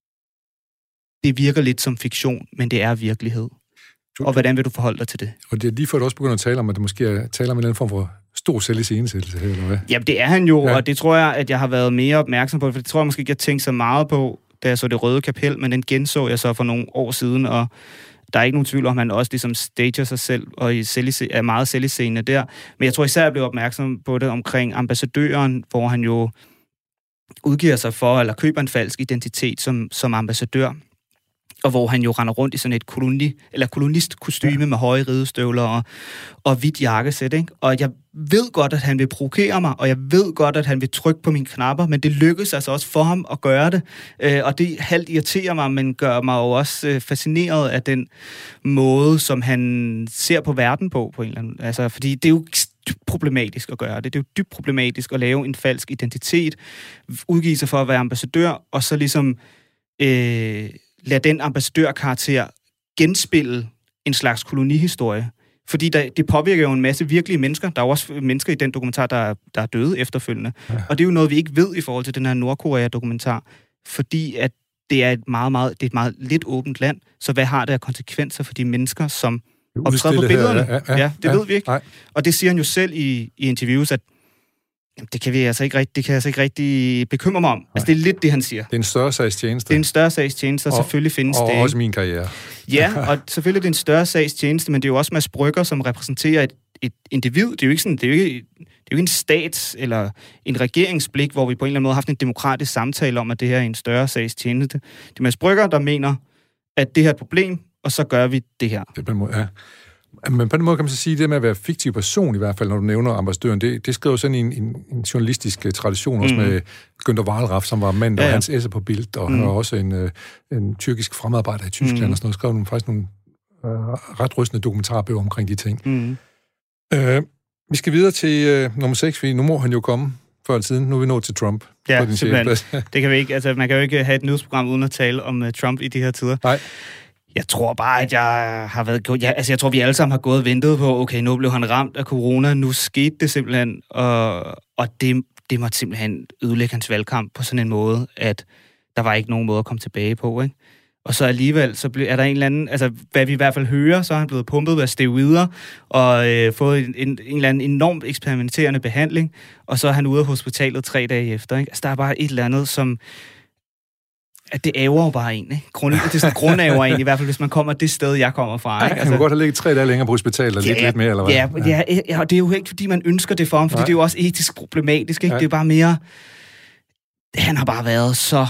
det virker lidt som fiktion, men det er virkelighed. Du, og hvordan vil du forholde dig til det? Og det er lige før, du også begynder at tale om, at det måske er tale om en eller anden form for stor selviscenesættelse her, eller hvad? Jamen, det er han jo, ja. Og det tror jeg, at jeg har været mere opmærksom på, for det tror jeg måske ikke, jeg tænkte så meget på, da jeg så Det Røde Kapel, men den genså jeg så for nogle år siden, og der er ikke nogen tvivl om, at han også ligesom stager sig selv, og er meget selviscenende der. Men jeg tror især, jeg blev opmærksom på det omkring ambassadøren, hvor han jo udgiver sig for, eller køber en falsk identitet som, som ambassadør, og hvor han jo render rundt i sådan et koloni, eller kolonistkostyme ja. Med høje ridestøvler og, og hvidt jakkesæt, ikke? Og jeg ved godt, at han vil provokere mig, og jeg ved godt, at han vil trykke på mine knapper, men det lykkes altså også for ham at gøre det. Øh, og det halvt irriterer mig, men gør mig jo også øh, fascineret af den måde, som han ser på verden på, på en eller anden. Altså, fordi det er jo dybt problematisk at gøre det. Det er jo dybt problematisk at lave en falsk identitet, udgive sig for at være ambassadør, og så ligesom Øh, lad den ambassadørkarakter genspille en slags kolonihistorie. Fordi der, det påvirker jo en masse virkelige mennesker. Der er jo også mennesker i den dokumentar, der er, der er døde efterfølgende. Ja. Og det er jo noget, vi ikke ved i forhold til den her Nordkorea-dokumentar. Fordi at det er et meget, meget, det er et meget lidt åbent land. Så hvad har det af konsekvenser for de mennesker, som optræder på billederne? Her, ja, ja, ja, det ja, ved vi ikke. Nej. Og det siger han jo selv i, i interviews, at jamen, det kan vi altså ikke rigtig, det kan jeg altså ikke rigtig bekymre mig om. Nej. Altså, det er lidt det, han siger. Det er en større sags tjeneste. Det er en større sags tjeneste, og, og selvfølgelig findes og det. Og også min karriere. Ja, og selvfølgelig er det en større sags tjeneste, men det er jo også Mads Brügger, som repræsenterer et, et individ. Det er jo ikke sådan, det er jo ikke, det er jo ikke en stats- eller en regeringsblik, hvor vi på en eller anden måde har haft en demokratisk samtale om, at det her er en større sags tjeneste. Det er Mads Brügger, der mener, at det her er et problem, og så gør vi det her. Det er på en måde, ja. Men på den måde kan man så sige, at det med at være fiktiv person, i hvert fald, når du nævner ambassadøren, det, det skriver sådan en, en, en journalistisk tradition, også mm. med Günther Wallraff, som var mand, der ja, ja. Hans esse på Bild, og mm. han var også en, en tyrkisk fremedarbejder i Tyskland, mm. og sådan noget, skrev nogle, faktisk nogle øh, ret rystende dokumentarbøger omkring de ting. Mm. Øh, vi skal videre til øh, nummer seks, fordi nu må han jo komme før eller siden. Nu er vi nået til Trump. Ja, simpelthen. Det kan vi ikke. Altså, man kan jo ikke have et nyhedsprogram uden at tale om uh, Trump i de her tider. Nej. Jeg tror bare, at jeg har været... Ja, altså, jeg tror, vi alle sammen har gået og ventet på, okay, nu blev han ramt af corona, nu skete det simpelthen, og, og det, det måtte simpelthen ødelægge hans valgkamp på sådan en måde, at der var ikke nogen måde at komme tilbage på, ikke? Og så alligevel, så er der en eller anden... Altså, hvad vi i hvert fald hører, så er han blevet pumpet af steroider, og øh, fået en, en, en eller anden enormt eksperimenterende behandling, og så er han ude af hospitalet tre dage efter, ikke? Altså, der er bare et eller andet, som... at det ærger jo bare en, ikke? Grund, det er sådan grundæver en, i hvert fald hvis man kommer det sted, jeg kommer fra. Ikke? Altså, han kunne godt have ligget tre dage længere på hospitalet, og ja, lidt, lidt mere, eller hvad? Ja, ja. Ja, ja, og det er jo ikke, fordi man ønsker det for ham, fordi Nej. Det er jo også etisk problematisk, ikke? Ja. Det er bare mere... Han har bare været så...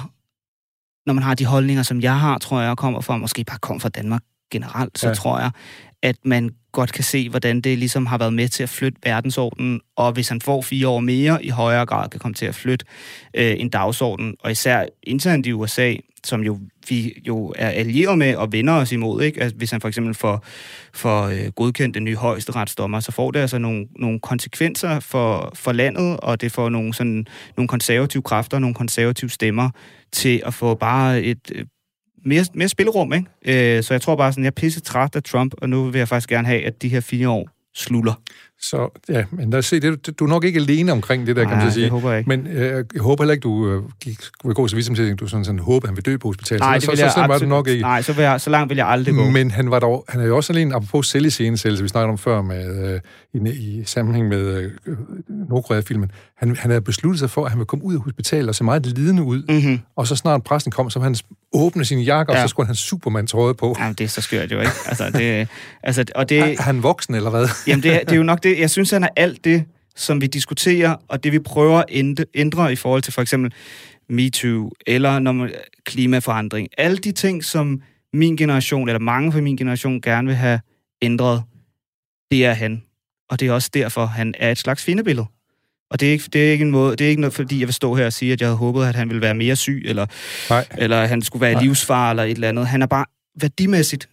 Når man har de holdninger, som jeg har, tror jeg, kommer fra, måske bare kommer fra Danmark generelt, så ja. Tror jeg, at man godt kan se, hvordan det ligesom har været med til at flytte verdensordenen, og hvis han får fire år mere, i højere grad kan komme til at flytte øh, en dagsorden, og især internt i U S A, som jo vi jo er allieret med og vender os imod, ikke? Altså, hvis han for eksempel får, får øh, godkendt den nye højesteretsdommer, så får det altså nogle, nogle konsekvenser for, for landet, og det får nogle, sådan, nogle konservative kræfter, nogle konservative stemmer til at få bare et... Øh, Mere, mere spillerum, ikke? Øh, så jeg tror bare sådan, jeg er pisse træt af Trump, og nu vil jeg faktisk gerne have, at de her fire år slutter. Så ja, men lad os se, det, du er nok ikke alene omkring det der, kan man sige. det håber jeg ikke. Men øh, jeg håber heller ikke, du øh, vil gå så vidt som til, at du sådan, sådan håber, han vil dø på hospitalet. Nej, så, det vil så, jeg så, absolut, var nok ikke. Nej, så, vil jeg, så langt vil jeg aldrig gå. Men han var dog, han er jo også alene, apropos selviscenesættelse, vi snakkede om før med, øh, i, i sammenhæng med øh, Nordkorea-filmen. Han, han havde besluttet sig for, at han ville komme ud af hospitalet og se meget lidende ud. Mm-hmm. Og så snart præsten kom, så han åbne sin jakke, ja. Og så skulle han have Superman-trøje på. Jamen, det er så skørt jo, ikke? Altså, det, altså, og det, er han voksen, eller hvad? Jamen, det, det er jo nok det. Jeg synes, han er alt det, som vi diskuterer, og det vi prøver at ændre i forhold til for eksempel MeToo, eller når man, klimaforandring. Alle de ting, som min generation, eller mange fra min generation, gerne vil have ændret, det er han. Og det er også derfor, han er et slags fjendebillede. Og det er, ikke, det er ikke en måde, det er ikke noget, fordi jeg vil stå her og sige, at jeg havde håbet, at han ville være mere syg, eller, eller at han skulle være livsfar, eller et eller andet. Han er bare værdimæssigt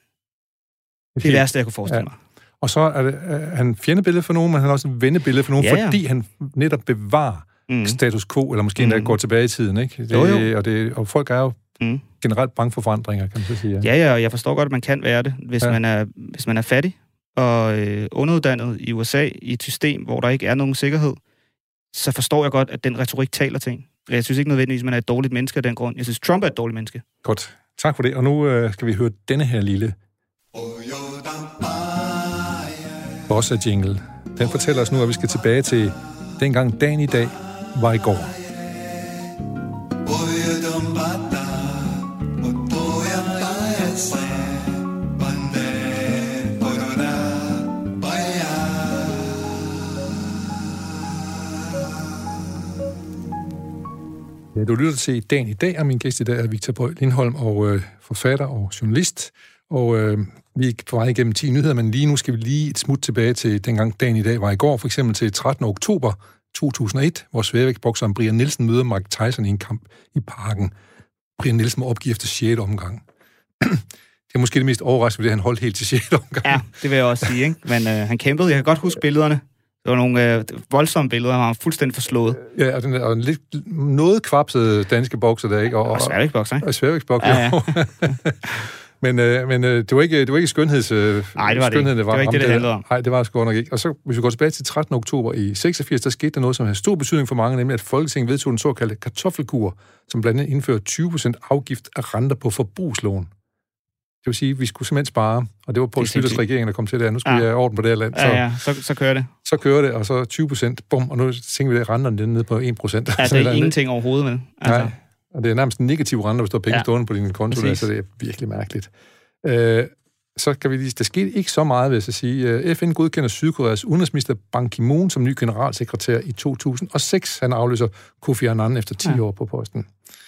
det, det værste, jeg kunne forestille ja. mig. Og så er, det, er han fjendebillede for nogen, men han er også en vennebillede for nogen, ja, ja. Fordi han netop bevarer mm. status quo, eller måske endda mm. går tilbage i tiden, ikke? Det, jo, jo. Og, det, og folk er jo mm. generelt bange for forandringer, kan man så sige. Ja, ja, og jeg forstår godt, at man kan være det, hvis, ja. man, er, hvis man er fattig og øh, underuddannet i U S A i et system, hvor der ikke er nogen sikkerhed, så forstår jeg godt, at den retorik taler til en. Jeg synes ikke nødvendigvis, at man er et dårligt menneske af den grund. Jeg synes, Trump er et dårligt menneske. Godt. Tak for det. Og nu øh, skal vi høre denne her lille bossa-jingle. Den fortæller os nu, at vi skal tilbage til dengang dagen i dag var i går. Ja, du lytter til Dagen i dag, og min gæst i dag er Victor Bøj Lindholm, og øh, forfatter og journalist. Og øh, vi er på vej igennem ti nyheder, men lige nu skal vi lige et smut tilbage til dengang dagen i dag var i går, for eksempel til trettende oktober to tusind og et, hvor sværvægtsbokseren Brian Nielsen møder Mike Tyson i en kamp i Parken. Brian Nielsen må opgive efter sjette omgang. Det er måske det mest overraskende, at han holdt helt til sjette omgang. Ja, det vil jeg også sige, ikke? Men øh, han kæmpede. Jeg kan godt huske billederne. Det var nogle øh, voldsomme billeder, han var fuldstændig forslået. Ja, og den og en lidt noget kvapsede danske bokser der, ikke? Og, og sværvægtsbokser, ikke? Og sværvægtsbokser, ja, ja. men øh, men øh, det var ikke det var ikke skønheds øh, Nej, det var det ikke. Det var ikke det, det handlede om. Nej, det var det sgu nok ikke. Og så hvis vi går tilbage til trettende oktober i seksogfirs, der skete der noget, som havde stor betydning for mange, nemlig at Folketinget vedtog den såkaldte kartoffelkur, som blandt andet indførte tyve procent afgift af renter på forbrugslån. Det vil sige, at vi skulle simpelthen spare, og det var Poul Schlüters regering, der kom til det. Nu skal ja. vi have orden på det her land. Så, ja, ja, så, så kører det. Så kører det, og så tyve procent, bum, og nu tænker vi, at renterne er nede på en procent. Ja, det er ingenting overhovedet, vel? Altså. Nej, og det er nærmest en negativ rente, hvis der er penge ja. stående på din konto, der, så det er virkelig mærkeligt. Øh, så kan vi lige, der skete ikke så meget, vil jeg så sige. F N godkender Sydkoreas udenrigsminister Ban Ki-moon som ny generalsekretær i to tusind og seks. Han afløser Kofi Annan efter ti ja. år på posten.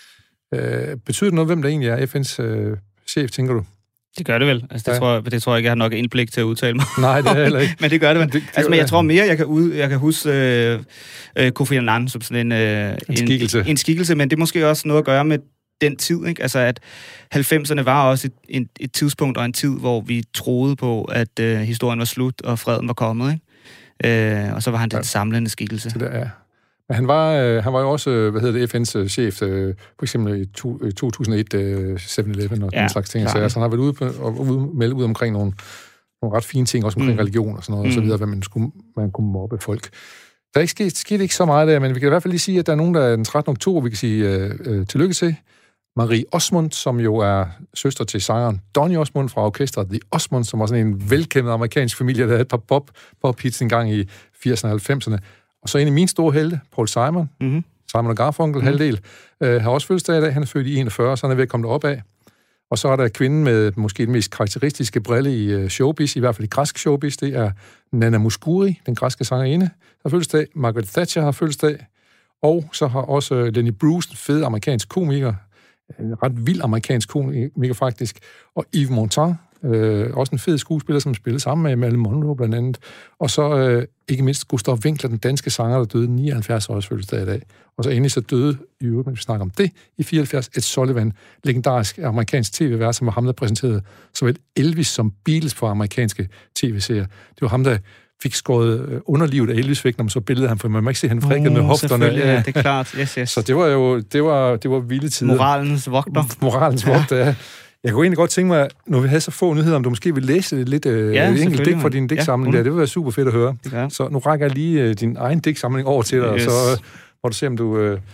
Øh, betyder det noget, hvem der egentlig er F N's øh, chef, tænker du? Det gør det vel. Altså, det, ja. tror jeg, det tror jeg ikke, jeg har nok indblik til at udtale mig. Nej, det er heller ikke. Men det gør det vel. Det, det, altså, men jeg tror mere, jeg kan, ud, jeg kan huske øh, øh, Kofi Annan som sådan en, øh, en, skikkelse. En, en skikkelse, men det er måske også noget at gøre med den tid, ikke? Altså, at halvfemserne var også et, et, et tidspunkt og en tid, hvor vi troede på, at øh, historien var slut, og freden var kommet, ikke? Øh, og så var han den ja. samlende skikkelse. Så det er... Men han var, øh, han var jo også, hvad hedder det, F N's chef, øh, for eksempel i to, øh, to tusind og et, øh, syv elleve og ja, den slags ting. Så altså, han har været ude, på, og ude, melde ud omkring nogle, nogle ret fine ting, også omkring mm. religion og sådan noget, mm. og så videre, hvad man, skulle, man kunne mobbe folk. Der er ikke sket, sket ikke så meget der, men vi kan i hvert fald lige sige, at der er nogen, der er den trettende oktober, vi kan sige øh, øh, tillykke til. Marie Osmond, som jo er søster til sangeren Donny Osmond fra orkestret The Osmonds, som var sådan en velkendt amerikansk familie, der havde et par pop, pop hits engang i firserne og halvfemserne. Og så en af mine store helte, Paul Simon, mm-hmm. Simon og Garfunkel, mm-hmm. halvdel, øh, har også fødselsdag i dag. Han er født i enogfyrre, så han er ved at komme derop af. Og så er der kvinden med måske den mest karakteristiske brille i uh, showbiz, i hvert fald i græsk showbiz, det er Nana Mouskouri, den græske sangerinde, der har fødselsdag. Margaret Thatcher har fødselsdag. Og så har også uh, Lenny Bruce, en fed amerikansk komiker, en ret vild amerikansk komiker faktisk, og Yves Montand, Øh, også en fed skuespiller, som spillede sammen med Marilyn Monroe blandt andet. Og så øh, ikke mindst Gustav Winkler, den danske sanger, der døde nioghalvfjerds års fødselsdag i dag. Og så endelig så døde, i øvrigt, når vi snakker om det, i fireoghalvfjerds, Ed Sullivan, legendarisk amerikansk tv-vært, som var ham, der præsenterede såvel Elvis som Beatles på amerikanske tv-serier. Det var ham, der fik skåret underlivet af Elvis væk, når man så billede ham, for man må ikke se, han frækkede oh, med hofterne. Ja, det er klart. Yes, yes. Så det var jo det var, det var vilde tider. Moralens vogter. Moralens vogter, ja. Jeg kunne egentlig godt tænke mig, når vi havde så få nyheder, om du måske vil læse lidt øh, ja, enkelt digt fra din digtsamling ja, der. Det vil være super fedt at høre. Ja. Så nu rækker jeg lige øh, din egen digtsamling over til dig, yes. og så øh, må du se, om du... Øh...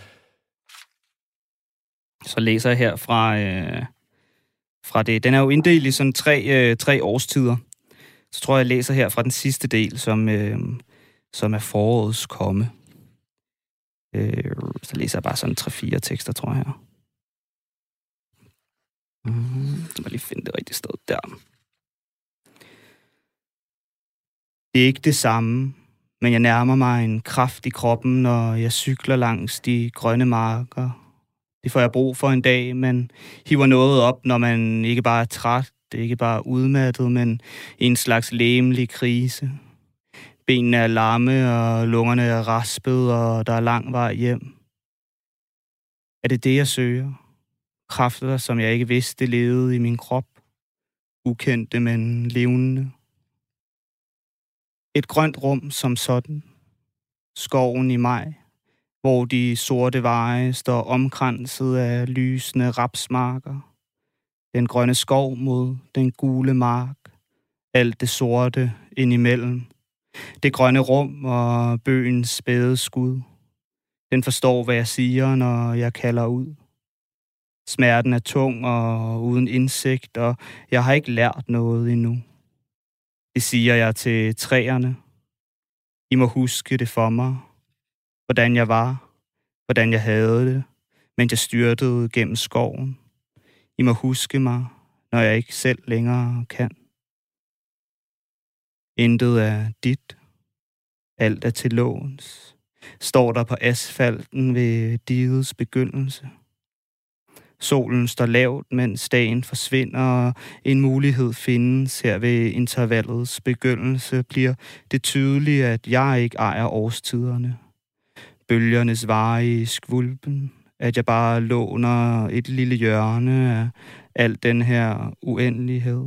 Så læser jeg her fra, øh, fra det. Den er jo inddelt i sådan tre, øh, tre årstider. Så tror jeg, jeg læser her fra den sidste del, som, øh, som er forårets komme. Øh, så læser jeg bare sådan tre-fire tekster, tror jeg her. Mm, så må jeg lige finde det rigtige sted der. Det er ikke det samme, men jeg nærmer mig en kraft i kroppen, når jeg cykler langs de grønne marker. Det får jeg brug for en dag, men hiver noget op, når man ikke bare er træt, det er ikke bare udmattet, men i en slags lægemlig krise. Benene er lamme, og lungerne er raspet, og der er lang vej hjem. Er det det, jeg søger? Kræfter, som jeg ikke vidste levede i min krop. Ukendte, men levende. Et grønt rum som sådan. Skoven i maj, hvor de sorte veje står omkranset af lysende rapsmarker. Den grønne skov mod den gule mark. Alt det sorte indimellem. Det grønne rum og bøgens spæde skud. Den forstår, hvad jeg siger, når jeg kalder ud. Smerten er tung og uden indsigt, og jeg har ikke lært noget endnu. Det siger jeg til træerne. I må huske det for mig. Hvordan jeg var. Hvordan jeg havde det, mens jeg styrtede gennem skoven. I må huske mig, når jeg ikke selv længere kan. Intet er dit. Alt er til låns. Står der på asfalten ved digets begyndelse. Solen står lavt, mens dagen forsvinder, og en mulighed findes her ved intervallets begyndelse, bliver det tydeligt, at jeg ikke ejer årstiderne. Bølgernes varige skvulpen, at jeg bare låner et lille hjørne af al den her uendelighed.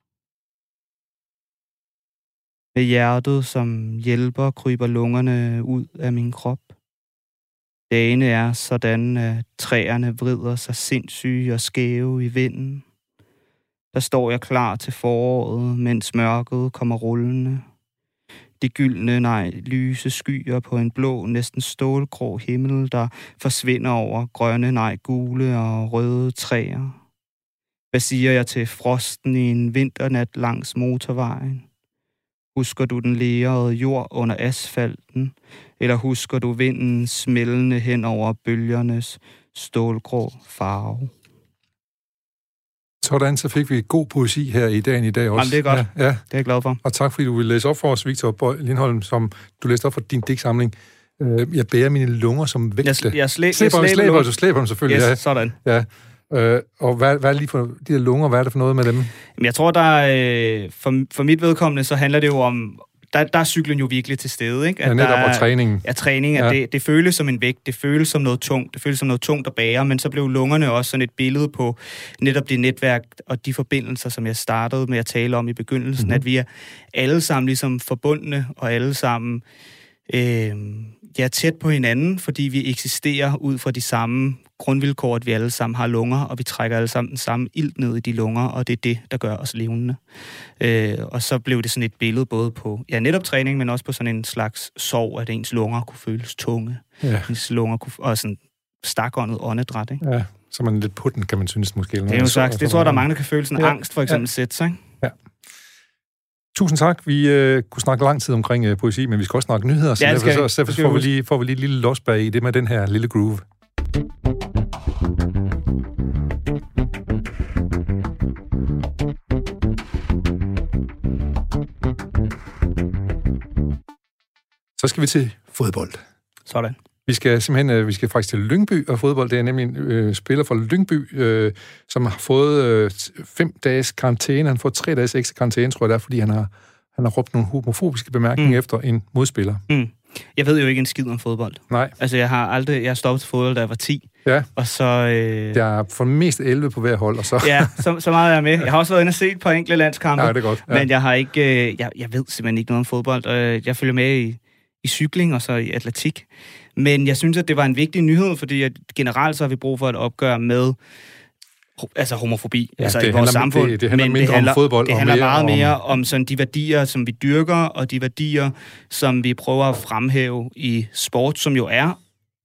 Med hjertet som hjælper kryber lungerne ud af min krop. Dagene er sådan, at træerne vrider sig sindssyge og skæve i vinden. Der står jeg klar til foråret, mens mørket kommer rullende. De gyldne, nej, lyse skyer på en blå, næsten stålgrå himmel, der forsvinder over grønne, nej, gule og røde træer. Hvad siger jeg til frosten i en vinternat langs motorvejen? Husker du den lerede jord under asfalten, eller husker du vinden smældende hen over bølgernes stålgrå farve? Sådan, så fik vi god poesi her i dagen i dag også. Jamen, det er godt. Ja, ja. Det er jeg glad for. Og tak, fordi du ville læse op for os, Victor Bøj Lindholm, som du læste op for din digtsamling. Jeg bærer mine lunger som vægte. Jeg, jeg, slæ, slæber, jeg slæber, du slæber dem selvfølgelig. Yes, ja. Sådan. Ja. Øh, og hvad, hvad er lige for de der lunger, hvad er det for noget med dem? Jeg tror, der er, for, for mit vedkommende, så handler det jo om, der, der er cyklen jo virkelig til stede, ikke? At ja, netop, der er, og træningen. Ja, træning, at ja. Det, det føles som en vægt, det føles som noget tungt, det føles som noget tungt at bære, men så blev lungerne også sådan et billede på netop det netværk og de forbindelser, som jeg startede med at tale om i begyndelsen, mm-hmm. at vi er alle sammen ligesom forbundne, og alle sammen øh, ja, tæt på hinanden, fordi vi eksisterer ud fra de samme grundvilkår, at vi alle sammen har lunger, og vi trækker alle sammen den samme ilt ned i de lunger, og det er det, der gør os levende. Øh, og så blev det sådan et billede både på, ja, netop træning, men også på sådan en slags sorg, at ens lunger kunne føles tunge. Ja. Ens lunger kunne, og sådan stakåndet åndedræt, ikke? Ja, så man lidt på den, kan man synes måske. Det er jo sagt, det tror jeg, der er mange, der kan føle sådan ja. angst, for eksempel, ja. sætte sig, ikke? Ja. Tusind tak. Vi øh, kunne snakke lang tid omkring øh, poesi, men vi skal også snakke nyheder, så ja, derfor, så, så, derfor får, vi lige, får vi lige et lille losbag i det med den her lille groove. Så skal vi til fodbold. Sådan. Vi skal simpelthen, vi skal faktisk til Lyngby og fodbold. Det er nemlig en øh, spiller fra Lyngby, øh, som har fået øh, fem dages karantæne. Han har fået tre dages ekstra karantæne, tror jeg, der, fordi han har, han har råbt nogle homofobiske bemærkninger mm. efter en modspiller. Mm. Jeg ved jo ikke en skid om fodbold. Nej. Altså, jeg har aldrig... Jeg stoppet fodbold, da jeg var ti. Ja. Og så... Øh... Der er for det meste elleve på hver hold, og så... Ja, så, så meget er jeg med. Jeg har også været inde og set på enkelte landskampe. Ja, det er godt. Ja. Men jeg har ikke... Øh, jeg, jeg ved simpelthen ikke noget om fodbold. Og jeg følger med i, i cykling og så i atletik. Men jeg synes, at det var en vigtig nyhed, fordi at generelt så har vi brug for et opgør med... altså homofobi, ja, altså i vores handler, samfund. Det, det handler men mindre det handler, om fodbold. Det handler mere meget om... mere om sådan de værdier, som vi dyrker, og de værdier, som vi prøver at fremhæve i sport, som jo er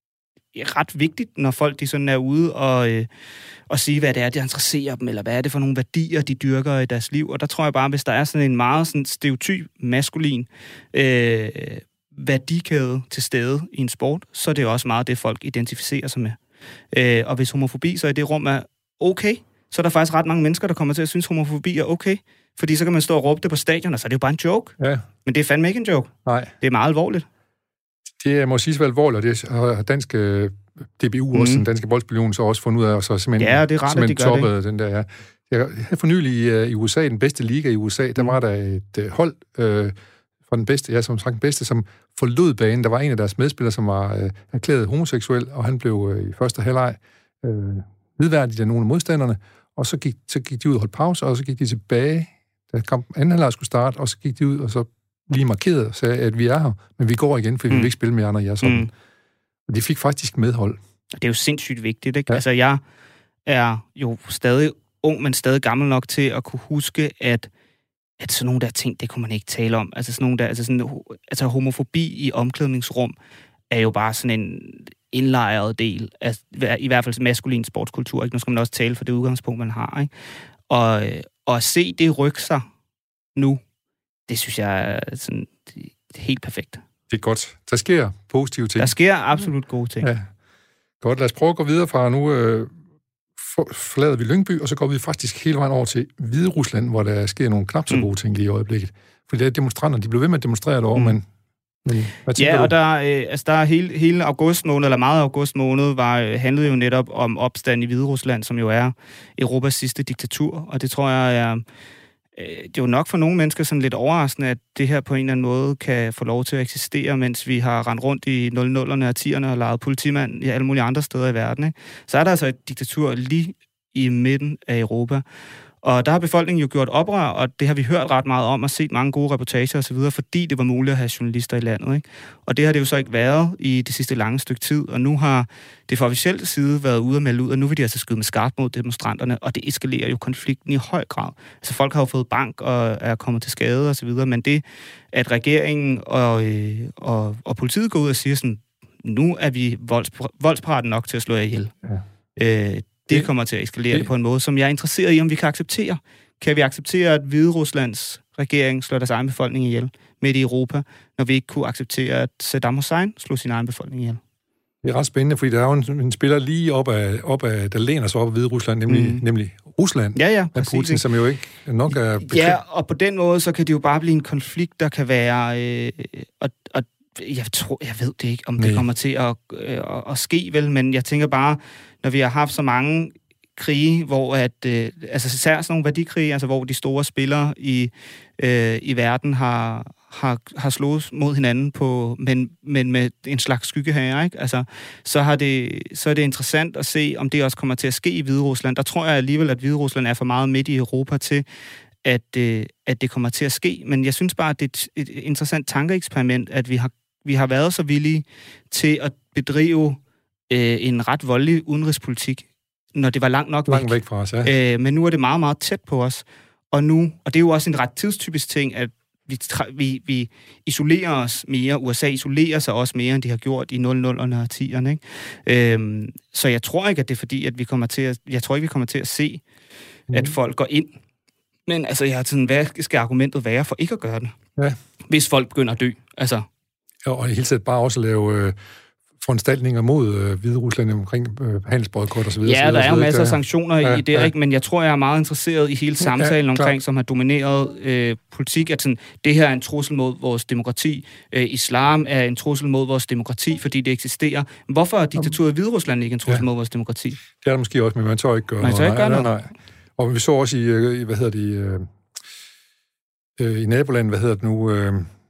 ret vigtigt, når folk de sådan er ude og, øh, og sige, hvad det er, der interesserer dem, eller hvad er det for nogle værdier, de dyrker i deres liv. Og der tror jeg bare, hvis der er sådan en meget sådan stereotyp, maskulin øh, værdikæde til stede i en sport, så er det også meget det, folk identificerer sig med. Øh, og hvis homofobi så i det rum er okay, så er der faktisk ret mange mennesker, der kommer til at synes, homofobi er okay. Fordi så kan man stå og råbe det på stadion, og så er det jo bare en joke. Ja. Men det er fandme ikke en joke. Nej. Det er meget alvorligt. Det må siges være alvorligt, og det har danske D B U mm. også, den danske boldspillion, så også fundet ud af, og så simpelthen, ja, det er ret, simpelthen de toppede den der. Ja. Jeg havde for nylig i, i U S A, den bedste liga i U S A, der mm. var der et uh, hold øh, fra den bedste, ja, som sagt den bedste, som forlod banen. Der var en af deres medspillere, som var øh, erklæret homoseksuel, og han blev øh, i første halvleg øh, nedværdigt af nogle af modstanderne, og så gik, så gik de ud og holdt pause, og så gik de tilbage, da kampen anden halvleg skulle starte, og så gik de ud, og så lige markerede og sagde, at vi er her, men vi går igen, for mm. vi vil ikke spille med jer, når jeg er sådan. Mm. Og de fik faktisk medhold. Det er jo sindssygt vigtigt, ikke? Ja. Altså, jeg er jo stadig ung, men stadig gammel nok til at kunne huske, at, at sådan nogle der ting, det kunne man ikke tale om. Altså, sådan nogle der, altså, sådan, altså homofobi i omklædningsrum er jo bare sådan en indlejret del af i hvert fald maskulin sportskultur. Ikke? Nu skal man også tale for det udgangspunkt, man har. Ikke? Og, og at se det rykke sig nu, det synes jeg er sådan, det er helt perfekt. Det er godt. Der sker positive ting. Der sker absolut gode ting. Ja. Godt, lad os prøve at gå videre fra nu. Øh, forlader vi Lyngby, og så går vi faktisk hele vejen over til Hvide Rusland, hvor der sker nogle knap så gode mm. ting lige i øjeblikket. Fordi der demonstranter, de blev ved med at demonstrere derovre, mm. men, men hvad tænker ja, du? og der, øh, altså der hele, hele august måned, eller meget af august måned, var, øh, handlede jo netop om opstand i Hvide Rusland, som jo er Europas sidste diktatur, og det tror jeg er... Det er jo nok for nogle mennesker sådan lidt overraskende, at det her på en eller anden måde kan få lov til at eksistere, mens vi har rendt rundt i nul-nullerne og tierne og leget politimand i alle mulige andre steder i verden. Ikke? Så er der altså et diktatur lige i midten af Europa. Og der har befolkningen jo gjort oprør, og det har vi hørt ret meget om og set mange gode reportager osv., fordi det var muligt at have journalister i landet. Ikke? Og det har det jo så ikke været i det sidste lange stykke tid, og nu har det fra officielt side været ude og melde ud, og nu vil de altså skyde med skarpt mod demonstranterne, og det eskalerer jo konflikten i høj grad. Altså folk har jo fået bank og er kommet til skade osv., men det, at regeringen og, øh, og, og politiet går ud og siger sådan, nu er vi voldspar- voldsparate nok til at slå jer ihjel. Ja. Øh, Det kommer til at eskalere det på en måde, som jeg er interesseret i, om vi kan acceptere. Kan vi acceptere, at Hvide Ruslands regering slår deres egen befolkning ihjel midt i Europa, når vi ikke kunne acceptere, at Saddam Hussein slog sin egen befolkning ihjel? Det er ret spændende, fordi der er jo en, en spiller lige op af, op af, der læner sig op af Hvide Rusland, nemlig, mm. nemlig Rusland. Ja, ja, præcis. Putin, som jo ikke nok er bekvemt. Ja, og på den måde, så kan det jo bare blive en konflikt, der kan være... Øh, og, og jeg tror, jeg ved det ikke, om Nej. det kommer til at, øh, at, at ske, vel, men jeg tænker bare, når vi har haft så mange krige, hvor at, øh, altså især sådan nogle værdikrige, altså hvor de store spillere i, øh, i verden har, har, har slået mod hinanden på, men, men med en slags skyggeherre, ikke? Altså, så, har det, så er det interessant at se, om det også kommer til at ske i Hvide Rusland. Der tror jeg alligevel, at Hvide Rusland er for meget midt i Europa til, at, øh, at det kommer til at ske. Men jeg synes bare, at det er et, et interessant tankeeksperiment, at vi har, vi har været så villige til at bedrive øh, en ret voldelig udenrigspolitik, når det var langt nok væk. Langt væk fra os, ja. Øh, men nu er det meget, meget tæt på os. Og nu, og det er jo også en ret tidstypisk ting, at vi, vi, vi isolerer os mere. U S A isolerer sig også mere, end de har gjort i nul-nullerne og tierne. Ikke? Øhm, så jeg tror ikke, at det er fordi, at vi kommer til at, jeg tror ikke, vi kommer til at se, mm. at folk går ind. Men altså, jeg har sådan, hvad skal argumentet være for ikke at gøre det? Ja. Hvis folk begynder at dø. Altså. Ja, og i hele tiden bare også lave... Øh foranstaltninger mod øh, Hvide Rusland omkring øh, handelsboykot og så videre. Ja, der er jo masser af der... sanktioner ja, i det, ja. ikke? Men jeg tror, jeg er meget interesseret i hele samtalen ja, omkring, som har domineret øh, politik, at sådan, det her er en trussel mod vores demokrati. Øh, islam er en trussel mod vores demokrati, fordi det eksisterer. Hvorfor er diktaturet i Hvide Rusland ikke en trussel ja. mod vores demokrati? Det er der måske også, men man tør ikke gøre man tør ikke gøre noget. Nej, nej. Og vi så også i, hvad hedder det, øh, i nabolandet, hvad hedder det nu... Øh,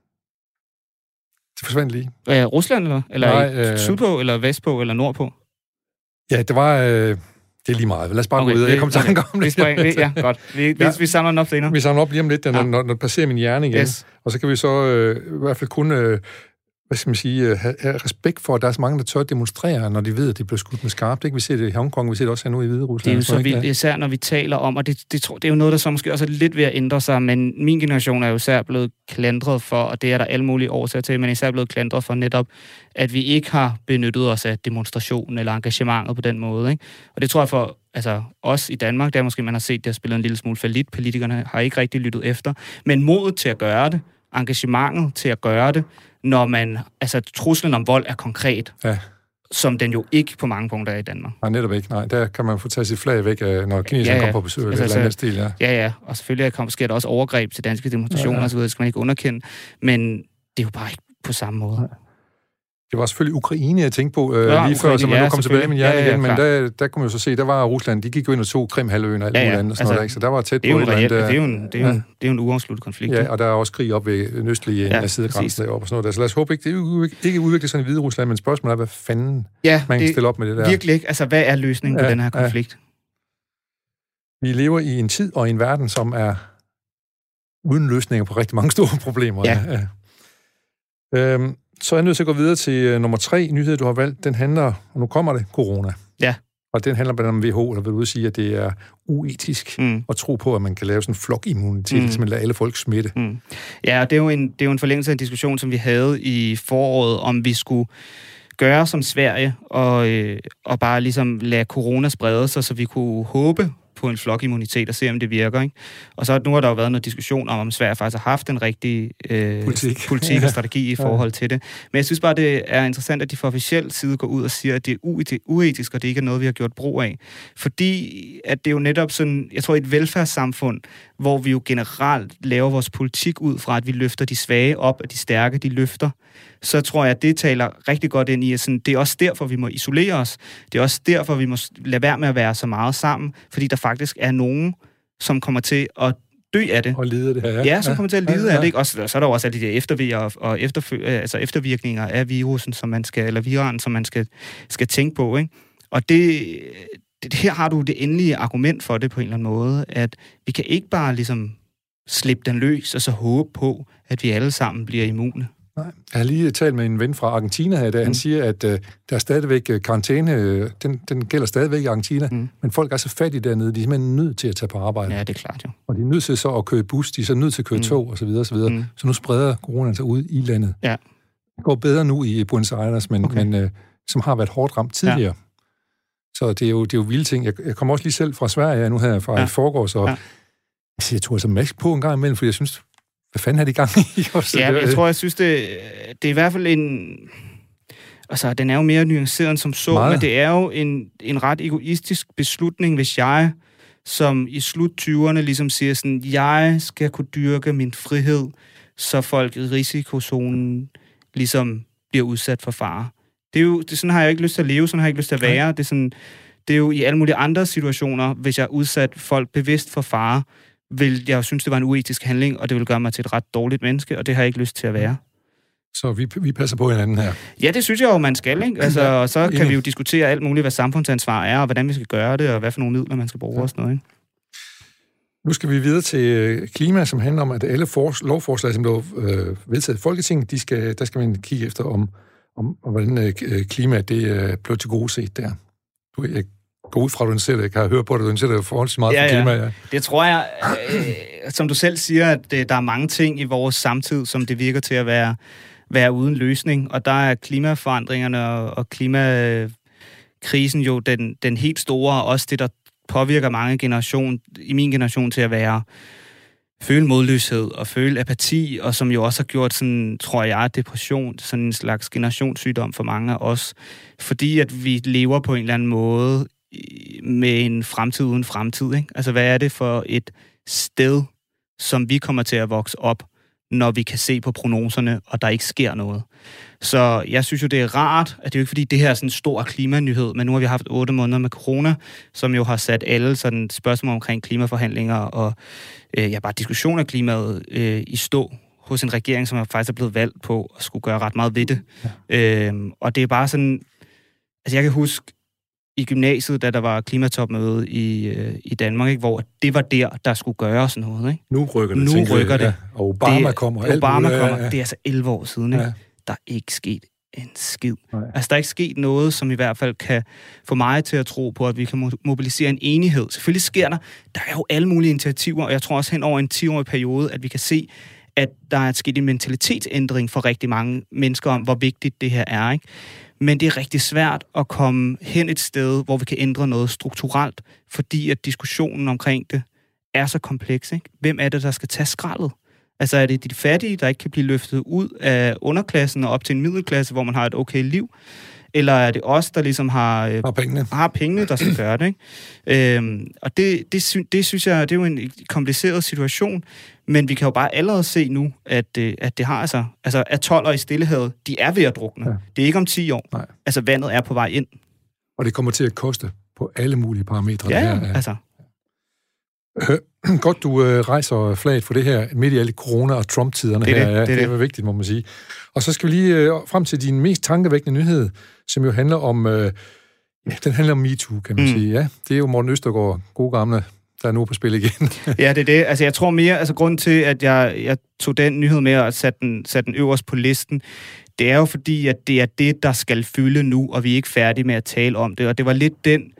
Det forsvandt lige. Øh, Rusland, eller? Eller Nej, øh... sydpå, eller vestpå, eller nordpå? Ja, det var... Øh... Det er lige meget. Lad os bare okay, gå videre. Jeg kommer til okay. at om det. Vi ja, godt. Vi, ja. vi samler den op senere. Vi samler op lige om lidt, når, ja. når, når det passerer min hjerne igen. Yes. Og så kan vi så øh, i hvert fald kun... Øh, hvad skal man sige, have, have respekt for, at der er så mange, der tør demonstrere, når de ved, at de bliver skudt med skarpt. Ikke? Vi ser det i Hongkong, vi ser det også her nu i Hvide Rusland. Det er jo så vildt, især når vi taler om, og det, det, det er jo noget, der så måske også er lidt ved at ændre sig, men min generation er jo især blevet klandret for, og det er der alle mulige årsager til, men især blevet klandret for netop, at vi ikke har benyttet os af demonstrationen eller engagementet på den måde. Ikke? Og det tror jeg for altså, os i Danmark, der måske man har set, det har spillet en lille smule fallit. Politikerne har ikke rigtig lyttet efter, men modet til at gøre det, engagementet til at gøre det, når man, altså truslen om vold er konkret, ja. som den jo ikke på mange punkter er i Danmark. Nej, netop ikke. Nej, der kan man få taget sit flag væk, når kineserne ja, ja. kommer på besøg, altså, eller andet stil, ja. Ja, ja, og selvfølgelig sker der også overgreb til danske demonstrationer, ja, ja. og så videre, det skal man ikke underkende, men det er jo bare ikke på samme måde. Ja. Det var selvfølgelig Ukraine, jeg tænkte på øh, ja, lige før, som man ja, nu kom tilbage med hjerne ja, ja, igen, men der, der kunne man jo så se, der var Rusland, de gik jo ind og tog Krimhalvøen og alt muligt ja, ja. andet, sådan altså, noget, så der var tæt på et reelt, det er jo en, det er jo en, det er jo en uafsluttet konflikt. Ja, og der er også krig op ved den østlige ja, af sidegrænsen deroppe og sådan noget der. Så lad os håbe ikke, det er ikke udviklet sådan i Hvide Rusland, men spørgsmålet er, hvad fanden ja, man kan stille op med det der. Virkelig ikke. Altså, hvad er løsningen ja, på den her konflikt? Ja. Vi lever i en tid og i en verden, som er uden løsninger på rigtig mange store problemer. Ja. ja. Øhm, Så er jeg nødt til at gå videre til uh, nummer tre nyhed, du har valgt. Den handler, og nu kommer det, corona. Ja. og den handler blandt andet om W H O, der vil ud sige, at det er uetisk mm. at tro på, at man kan lave sådan en flokimmunitet, mm. simpelthen lade alle folk smitte. Mm. Ja, og det er, jo en, det er jo en forlængelse af en diskussion, som vi havde i foråret, om vi skulle gøre som Sverige, og, øh, og bare ligesom lade corona sprede sig, så vi kunne håbe på en flokimmunitet og se, om det virker. Ikke? Og så nu har der jo været noget diskussion om, om Sverige faktisk har haft en rigtig øh, politik, politik og strategi i forhold til det. Men jeg synes bare, det er interessant, at de fra officiel side går ud og siger, at det er uetisk, og det ikke er noget, vi har gjort brug af. Fordi at det er jo netop sådan, jeg tror, et velfærdssamfund, hvor vi jo generelt laver vores politik ud fra, at vi løfter de svage op, og de stærke, de løfter, så tror jeg, at det taler rigtig godt ind i, at sådan, det er også derfor, vi må isolere os. Det er også derfor, vi må lade være med at være så meget sammen, fordi der faktisk er nogen, som kommer til at dø af det. Og lide af det her, ja. Ja, som kommer til at lide ja, ja. af det. Ikke? Og så, så er der også alle de der eftervirkninger, og efterfø- altså eftervirkninger af virusen, som man skal, eller viren, som man skal, skal tænke på. Ikke? Og det, det, her har du det endelige argument for det på en eller anden måde, at vi kan ikke bare ligesom slippe den løs, og så håbe på, at vi alle sammen bliver immune. Nej. Jeg har lige talt med en ven fra Argentina her, der mm. han siger, at uh, der er stadigvæk uh, karantæne, den, den gælder stadigvæk i Argentina, mm. men folk er så fattige dernede, de er simpelthen nødt til at tage på arbejde. Ja, det er klart, jo. Og de er nødt til så at køre bus, de er så nødt til at køre mm. tog, osv. osv. Mm. Så nu spreder coronaen sig ud i landet. Ja. Det går bedre nu i Buenos Aires, men, okay. men uh, som har været hårdt ramt tidligere. Ja. Så det er, jo, det er jo vilde ting. Jeg, jeg kommer også lige selv fra Sverige nu her, fra ja. i forgårs, og ja. jeg tog altså mask på en gang imellem, for jeg synes, hvad fanden er det i gang i? Ja, jeg tror, jeg synes, det, det er i hvert fald en... Altså, den er jo mere nuanceret end som så, meget. Men det er jo en, en ret egoistisk beslutning, hvis jeg, som i slut tyverne ligesom siger sådan, jeg skal kunne dyrke min frihed, så folk i risikozonen ligesom bliver udsat for fare. Det er jo, det, sådan har jeg ikke lyst til at leve, sådan har jeg ikke lyst til at være. Det er, sådan, det er jo i alle mulige andre situationer, hvis jeg udsat folk bevidst for fare, vil jeg synes, det var en uetisk handling, og det vil gøre mig til et ret dårligt menneske, og det har jeg ikke lyst til at være. Så vi, vi passer på hinanden her? Ja, det synes jeg jo, man skal, ikke? Altså, og så kan vi jo diskutere alt muligt, hvad samfundsansvar er, og hvordan vi skal gøre det, og hvad for nogle midler, man skal bruge og sådan noget, ikke? Nu skal vi videre til klima, som handler om, at alle for, lovforslag, som blev øh, vedtaget i Folketinget, de skal, der skal man kigge efter, om, om, om hvordan øh, klima det øh, blev til gode set der. Du, jeg går ud fra, at du selv jeg kan høre på det, du indsætter forholdsvis meget ja, for klima. Ja. Ja. Det tror jeg, øh, som du selv siger, at øh, der er mange ting i vores samtid, som det virker til at være, være uden løsning, og der er klimaforandringerne og, og klimakrisen jo den, den helt store, og også det, der påvirker mange generation, i min generation til at være føle modløshed og føle apati, og som jo også har gjort sådan, tror jeg, depression, sådan en slags generationssygdom for mange af os, fordi at vi lever på en eller anden måde med en fremtid uden fremtid, ikke? Altså, hvad er det for et sted, som vi kommer til at vokse op, når vi kan se på prognoserne, og der ikke sker noget. Så jeg synes jo, det er rart, at det er jo ikke fordi, det her er sådan en stor klimanyhed, men nu har vi haft otte måneder med corona, som jo har sat alle sådan spørgsmål omkring klimaforhandlinger og øh, ja, bare diskussion af klimaet øh, i stå hos en regering, som faktisk er blevet valgt på at skulle gøre ret meget ved det. Ja. Øh, og det er bare sådan... Altså, jeg kan huske i gymnasiet, da der var klimatopmøde i, øh, i Danmark, ikke, hvor det var der, der skulle gøre sådan noget. Ikke? Nu rykker det. Nu rykker det. Ja. Og Obama det, kommer. Obama alt, kommer. Ja, ja. Det er altså elleve år siden. Ikke? Ja. Der er ikke sket en skid. Nej. Altså, der er ikke sket noget, som i hvert fald kan få mig til at tro på, at vi kan mobilisere en enighed. Selvfølgelig sker der. Der er jo alle mulige initiativer, og jeg tror også hen over en ti-årig periode, at vi kan se, at der er sket en mentalitetsændring for rigtig mange mennesker om, hvor vigtigt det her er, ikke? Men det er rigtig svært at komme hen et sted, hvor vi kan ændre noget strukturelt, fordi at diskussionen omkring det er så kompleks, ikke? Hvem er det, der skal tage skraldet? Altså, er det de fattige, der ikke kan blive løftet ud af underklassen og op til en middelklasse, hvor man har et okay liv? Eller er det os, der ligesom har, øh, har, pengene. har pengene, der skal gøre det, ikke? Øhm, og det, det, sy- det synes jeg, det er jo en kompliceret situation, men vi kan jo bare allerede se nu, at, øh, at det har altså, altså atoller i Stillehavet, de er ved at drukne. Ja. Det er ikke om ti år. Nej. Altså, vandet er på vej ind. Og det kommer til at koste på alle mulige parametre. Ja, her. Ja. altså. Øh, godt, du øh, rejser flaget for det her, midt i alle corona- og Trump-tiderne det her. Det, det, det er vigtigt, må man sige. Og så skal vi lige øh, frem til din mest tankevækkende nyhed, som jo handler om, øh, ja, den handler om MeToo, kan man mm. sige. Ja, det er jo Morten Østergaard, gode gamle, der er nu på spil igen. Ja, det er det. Altså, jeg tror mere, altså grunden til, at jeg, jeg tog den nyhed med og satte den, satte den øverst på listen, det er jo fordi, at det er det, der skal fylde nu, og vi er ikke færdige med at tale om det. Og det var lidt den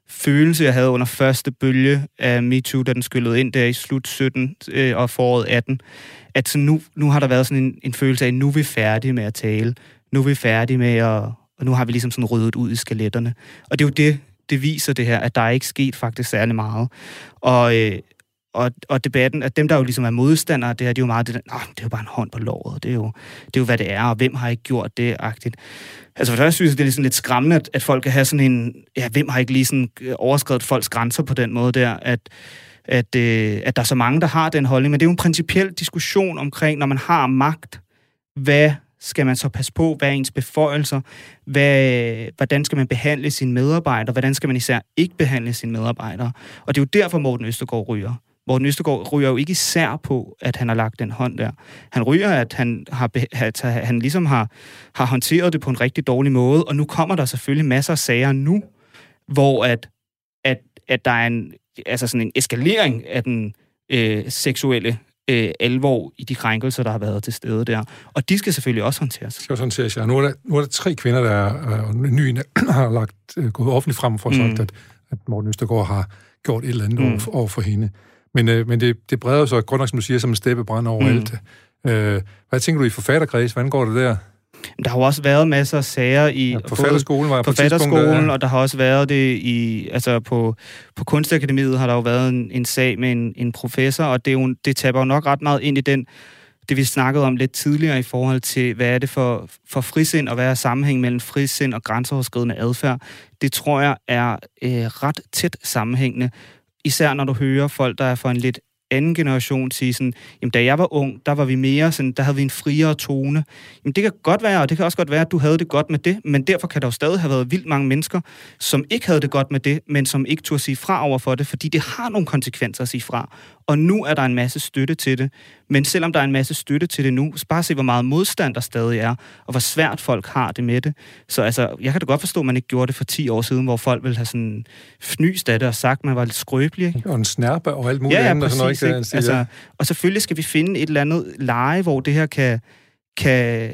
følelse, jeg havde under første bølge af MeToo, da den skyllede ind der i slut sytten øh, og foråret atten, at så nu, nu har der været sådan en, en følelse af, at nu er vi færdige med at tale. Nu er vi færdige med at... Og nu har vi ligesom sådan ryddet ud i skeletterne. Og det er jo det, det viser det her, at der er ikke sket faktisk særlig meget. Og... Øh, Og, og debatten, at dem, der jo ligesom er modstandere, det er, de er jo meget det der, det er jo bare en hånd på låret, det er jo, det er jo hvad det er, og hvem har ikke gjort det, agtigt. Altså for det første synes jeg, det er sådan lidt skræmmende, at, at folk kan have sådan en, ja, hvem har ikke lige sådan overskredet folks grænser på den måde der, at, at, øh, at der er så mange, der har den holdning, men det er jo en principiel diskussion omkring, når man har magt, hvad skal man så passe på, hvad er ens beføjelser, hvad, hvordan skal man behandle sine medarbejdere, hvordan skal man især ikke behandle sine medarbejdere. Og det er jo derfor, Morten Østergaard ryger. Morten Østergaard ryger jo ikke især på, at han har lagt den hånd der. Han ryger, at han, har, at han ligesom har, har håndteret det på en rigtig dårlig måde, og nu kommer der selvfølgelig masser af sager nu, hvor at, at, at der er en, altså sådan en eskalering af den øh, seksuelle øh, alvor i de krænkelser, der har været til stede der. Og de skal selvfølgelig også håndteres. Det skal også håndteres, ja. Nu er der, nu er der tre kvinder, der er, øh, nye, har lagt, øh, gået offentligt frem for sagt, mm. at, at Morten Østergaard har gjort et eller andet mm. over, over for hende. Men, øh, men det, det breder så godt nok, som du siger, som en steppebrand overalt. Mm. Øh, hvad tænker du i forfatterkreds? Hvordan går det der? Der har jo også været masser af sager i... Ja, forfatterskolen var jeg på Forfatterskolen, ja. Og der har også været det i... Altså på, på Kunstakademiet har der jo været en, en sag med en, en professor, og det, er jo, det taber jo nok ret meget ind i den... Det vi snakkede om lidt tidligere i forhold til, hvad er det for, for frisind, og hvad er sammenhæng mellem frisind og grænseoverskridende adfærd. Det tror jeg er øh, ret tæt sammenhængende. Især når du hører folk, der er for en lidt anden generation, sige sådan, jamen da jeg var ung, der var vi mere sådan, der havde vi en friere tone. Jamen det kan godt være, og det kan også godt være, at du havde det godt med det, men derfor kan der jo stadig have været vildt mange mennesker, som ikke havde det godt med det, men som ikke turde sige fra over for det, fordi det har nogle konsekvenser at sige fra. Og nu er der en masse støtte til det. Men selvom der er en masse støtte til det nu, så bare se, hvor meget modstand der stadig er, og hvor svært folk har det med det. Så altså, jeg kan da godt forstå, at man ikke gjorde det for ti år siden, hvor folk ville have sådan fnyst af det og sagt, at man var lidt skrøbelig. Ikke? Og en snærpe og alt muligt ja, ja, andet. Præcis, og sådan noget, ikke? Altså, og selvfølgelig skal vi finde et eller andet leje, hvor det her kan, kan,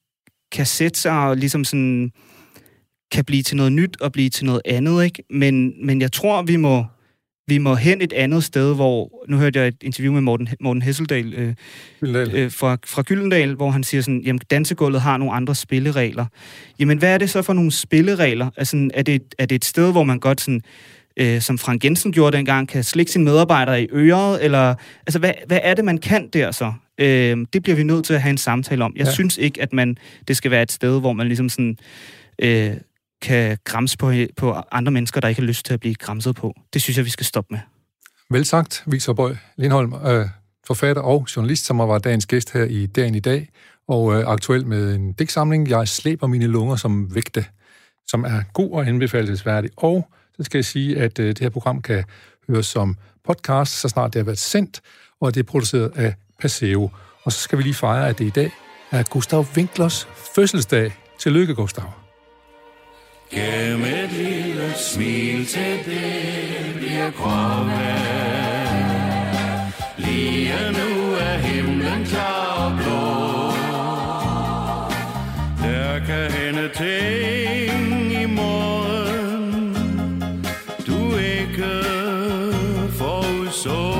kan sætte sig og ligesom sådan, kan blive til noget nyt og blive til noget andet. Ikke? Men, men jeg tror, vi må... Vi må hen et andet sted, hvor... Nu hørte jeg et interview med Morten, Morten Hesseldal øh, øh, fra, fra Gyldendal, hvor han siger sådan, jamen, dansegulvet har nogle andre spilleregler. Jamen, hvad er det så for nogle spilleregler? Altså, er det, er det et sted, hvor man godt, sådan, øh, som Frank Jensen gjorde dengang, kan slikke sine medarbejdere i øret? Eller, altså, hvad, hvad er det, man kan der så? Øh, det bliver vi nødt til at have en samtale om. Jeg ja. synes ikke, at man, det skal være et sted, hvor man ligesom sådan... Øh, kan gramse på, på andre mennesker, der ikke har lyst til at blive gramset på. Det synes jeg, vi skal stoppe med. Vel sagt, Victor Bøj Lindholm, øh, forfatter og journalist, som var dagens gæst her i Dagen i dag, og øh, aktuel med en digtsamling, Jeg slæber mine lunger som vægte, som er god og anbefalesværdig. Og så skal jeg sige, at øh, det her program kan høres som podcast, så snart det har været sendt, og det er produceret af Paseo. Og så skal vi lige fejre, at det i dag er Gustav Winklers fødselsdag. Tillykke, Gustav. Gem et lille smil til det bliver grønne. Lige nu er himlen klar og blå. Der kan hænde ting i morgen, du ikke forudså.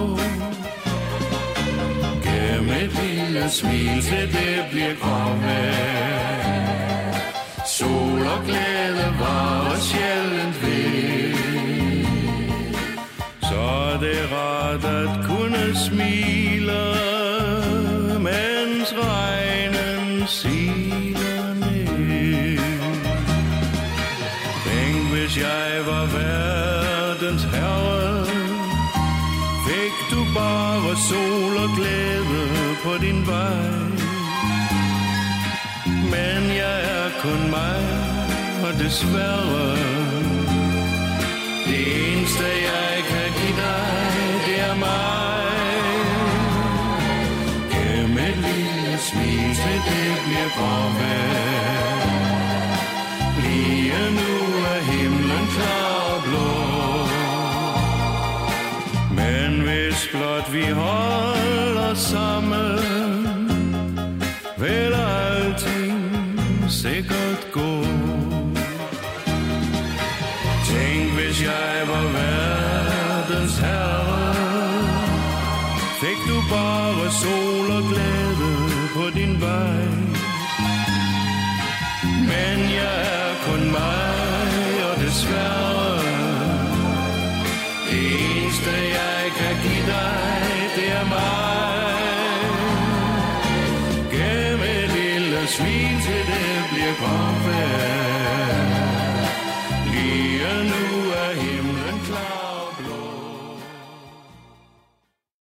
Gem et lille smil til det bliver grønne. Sol og glæde var sjældent ved. Så er det rart at kunne smile, mens regnen siler ned. Tænk, hvis jeg var verdens herre, fik du bare sol og glæde på din vej. Men jeg er kun mig, og desværre det eneste jeg kan give dig, det er mig. Gem et lille smil til det bliver gråvejr. Lige nu er himlen klar og blå. Men hvis blot vi holder sammen, vil alting sikkert gå. Tænk, hvis Hvis jeg var verdens herre, fik du bare sol og glæde på din vej. Men jeg er kun mig, og desværre det eneste jeg kan give dig, det er mig. Gem et lille svin til det bliver kommet. Lige nu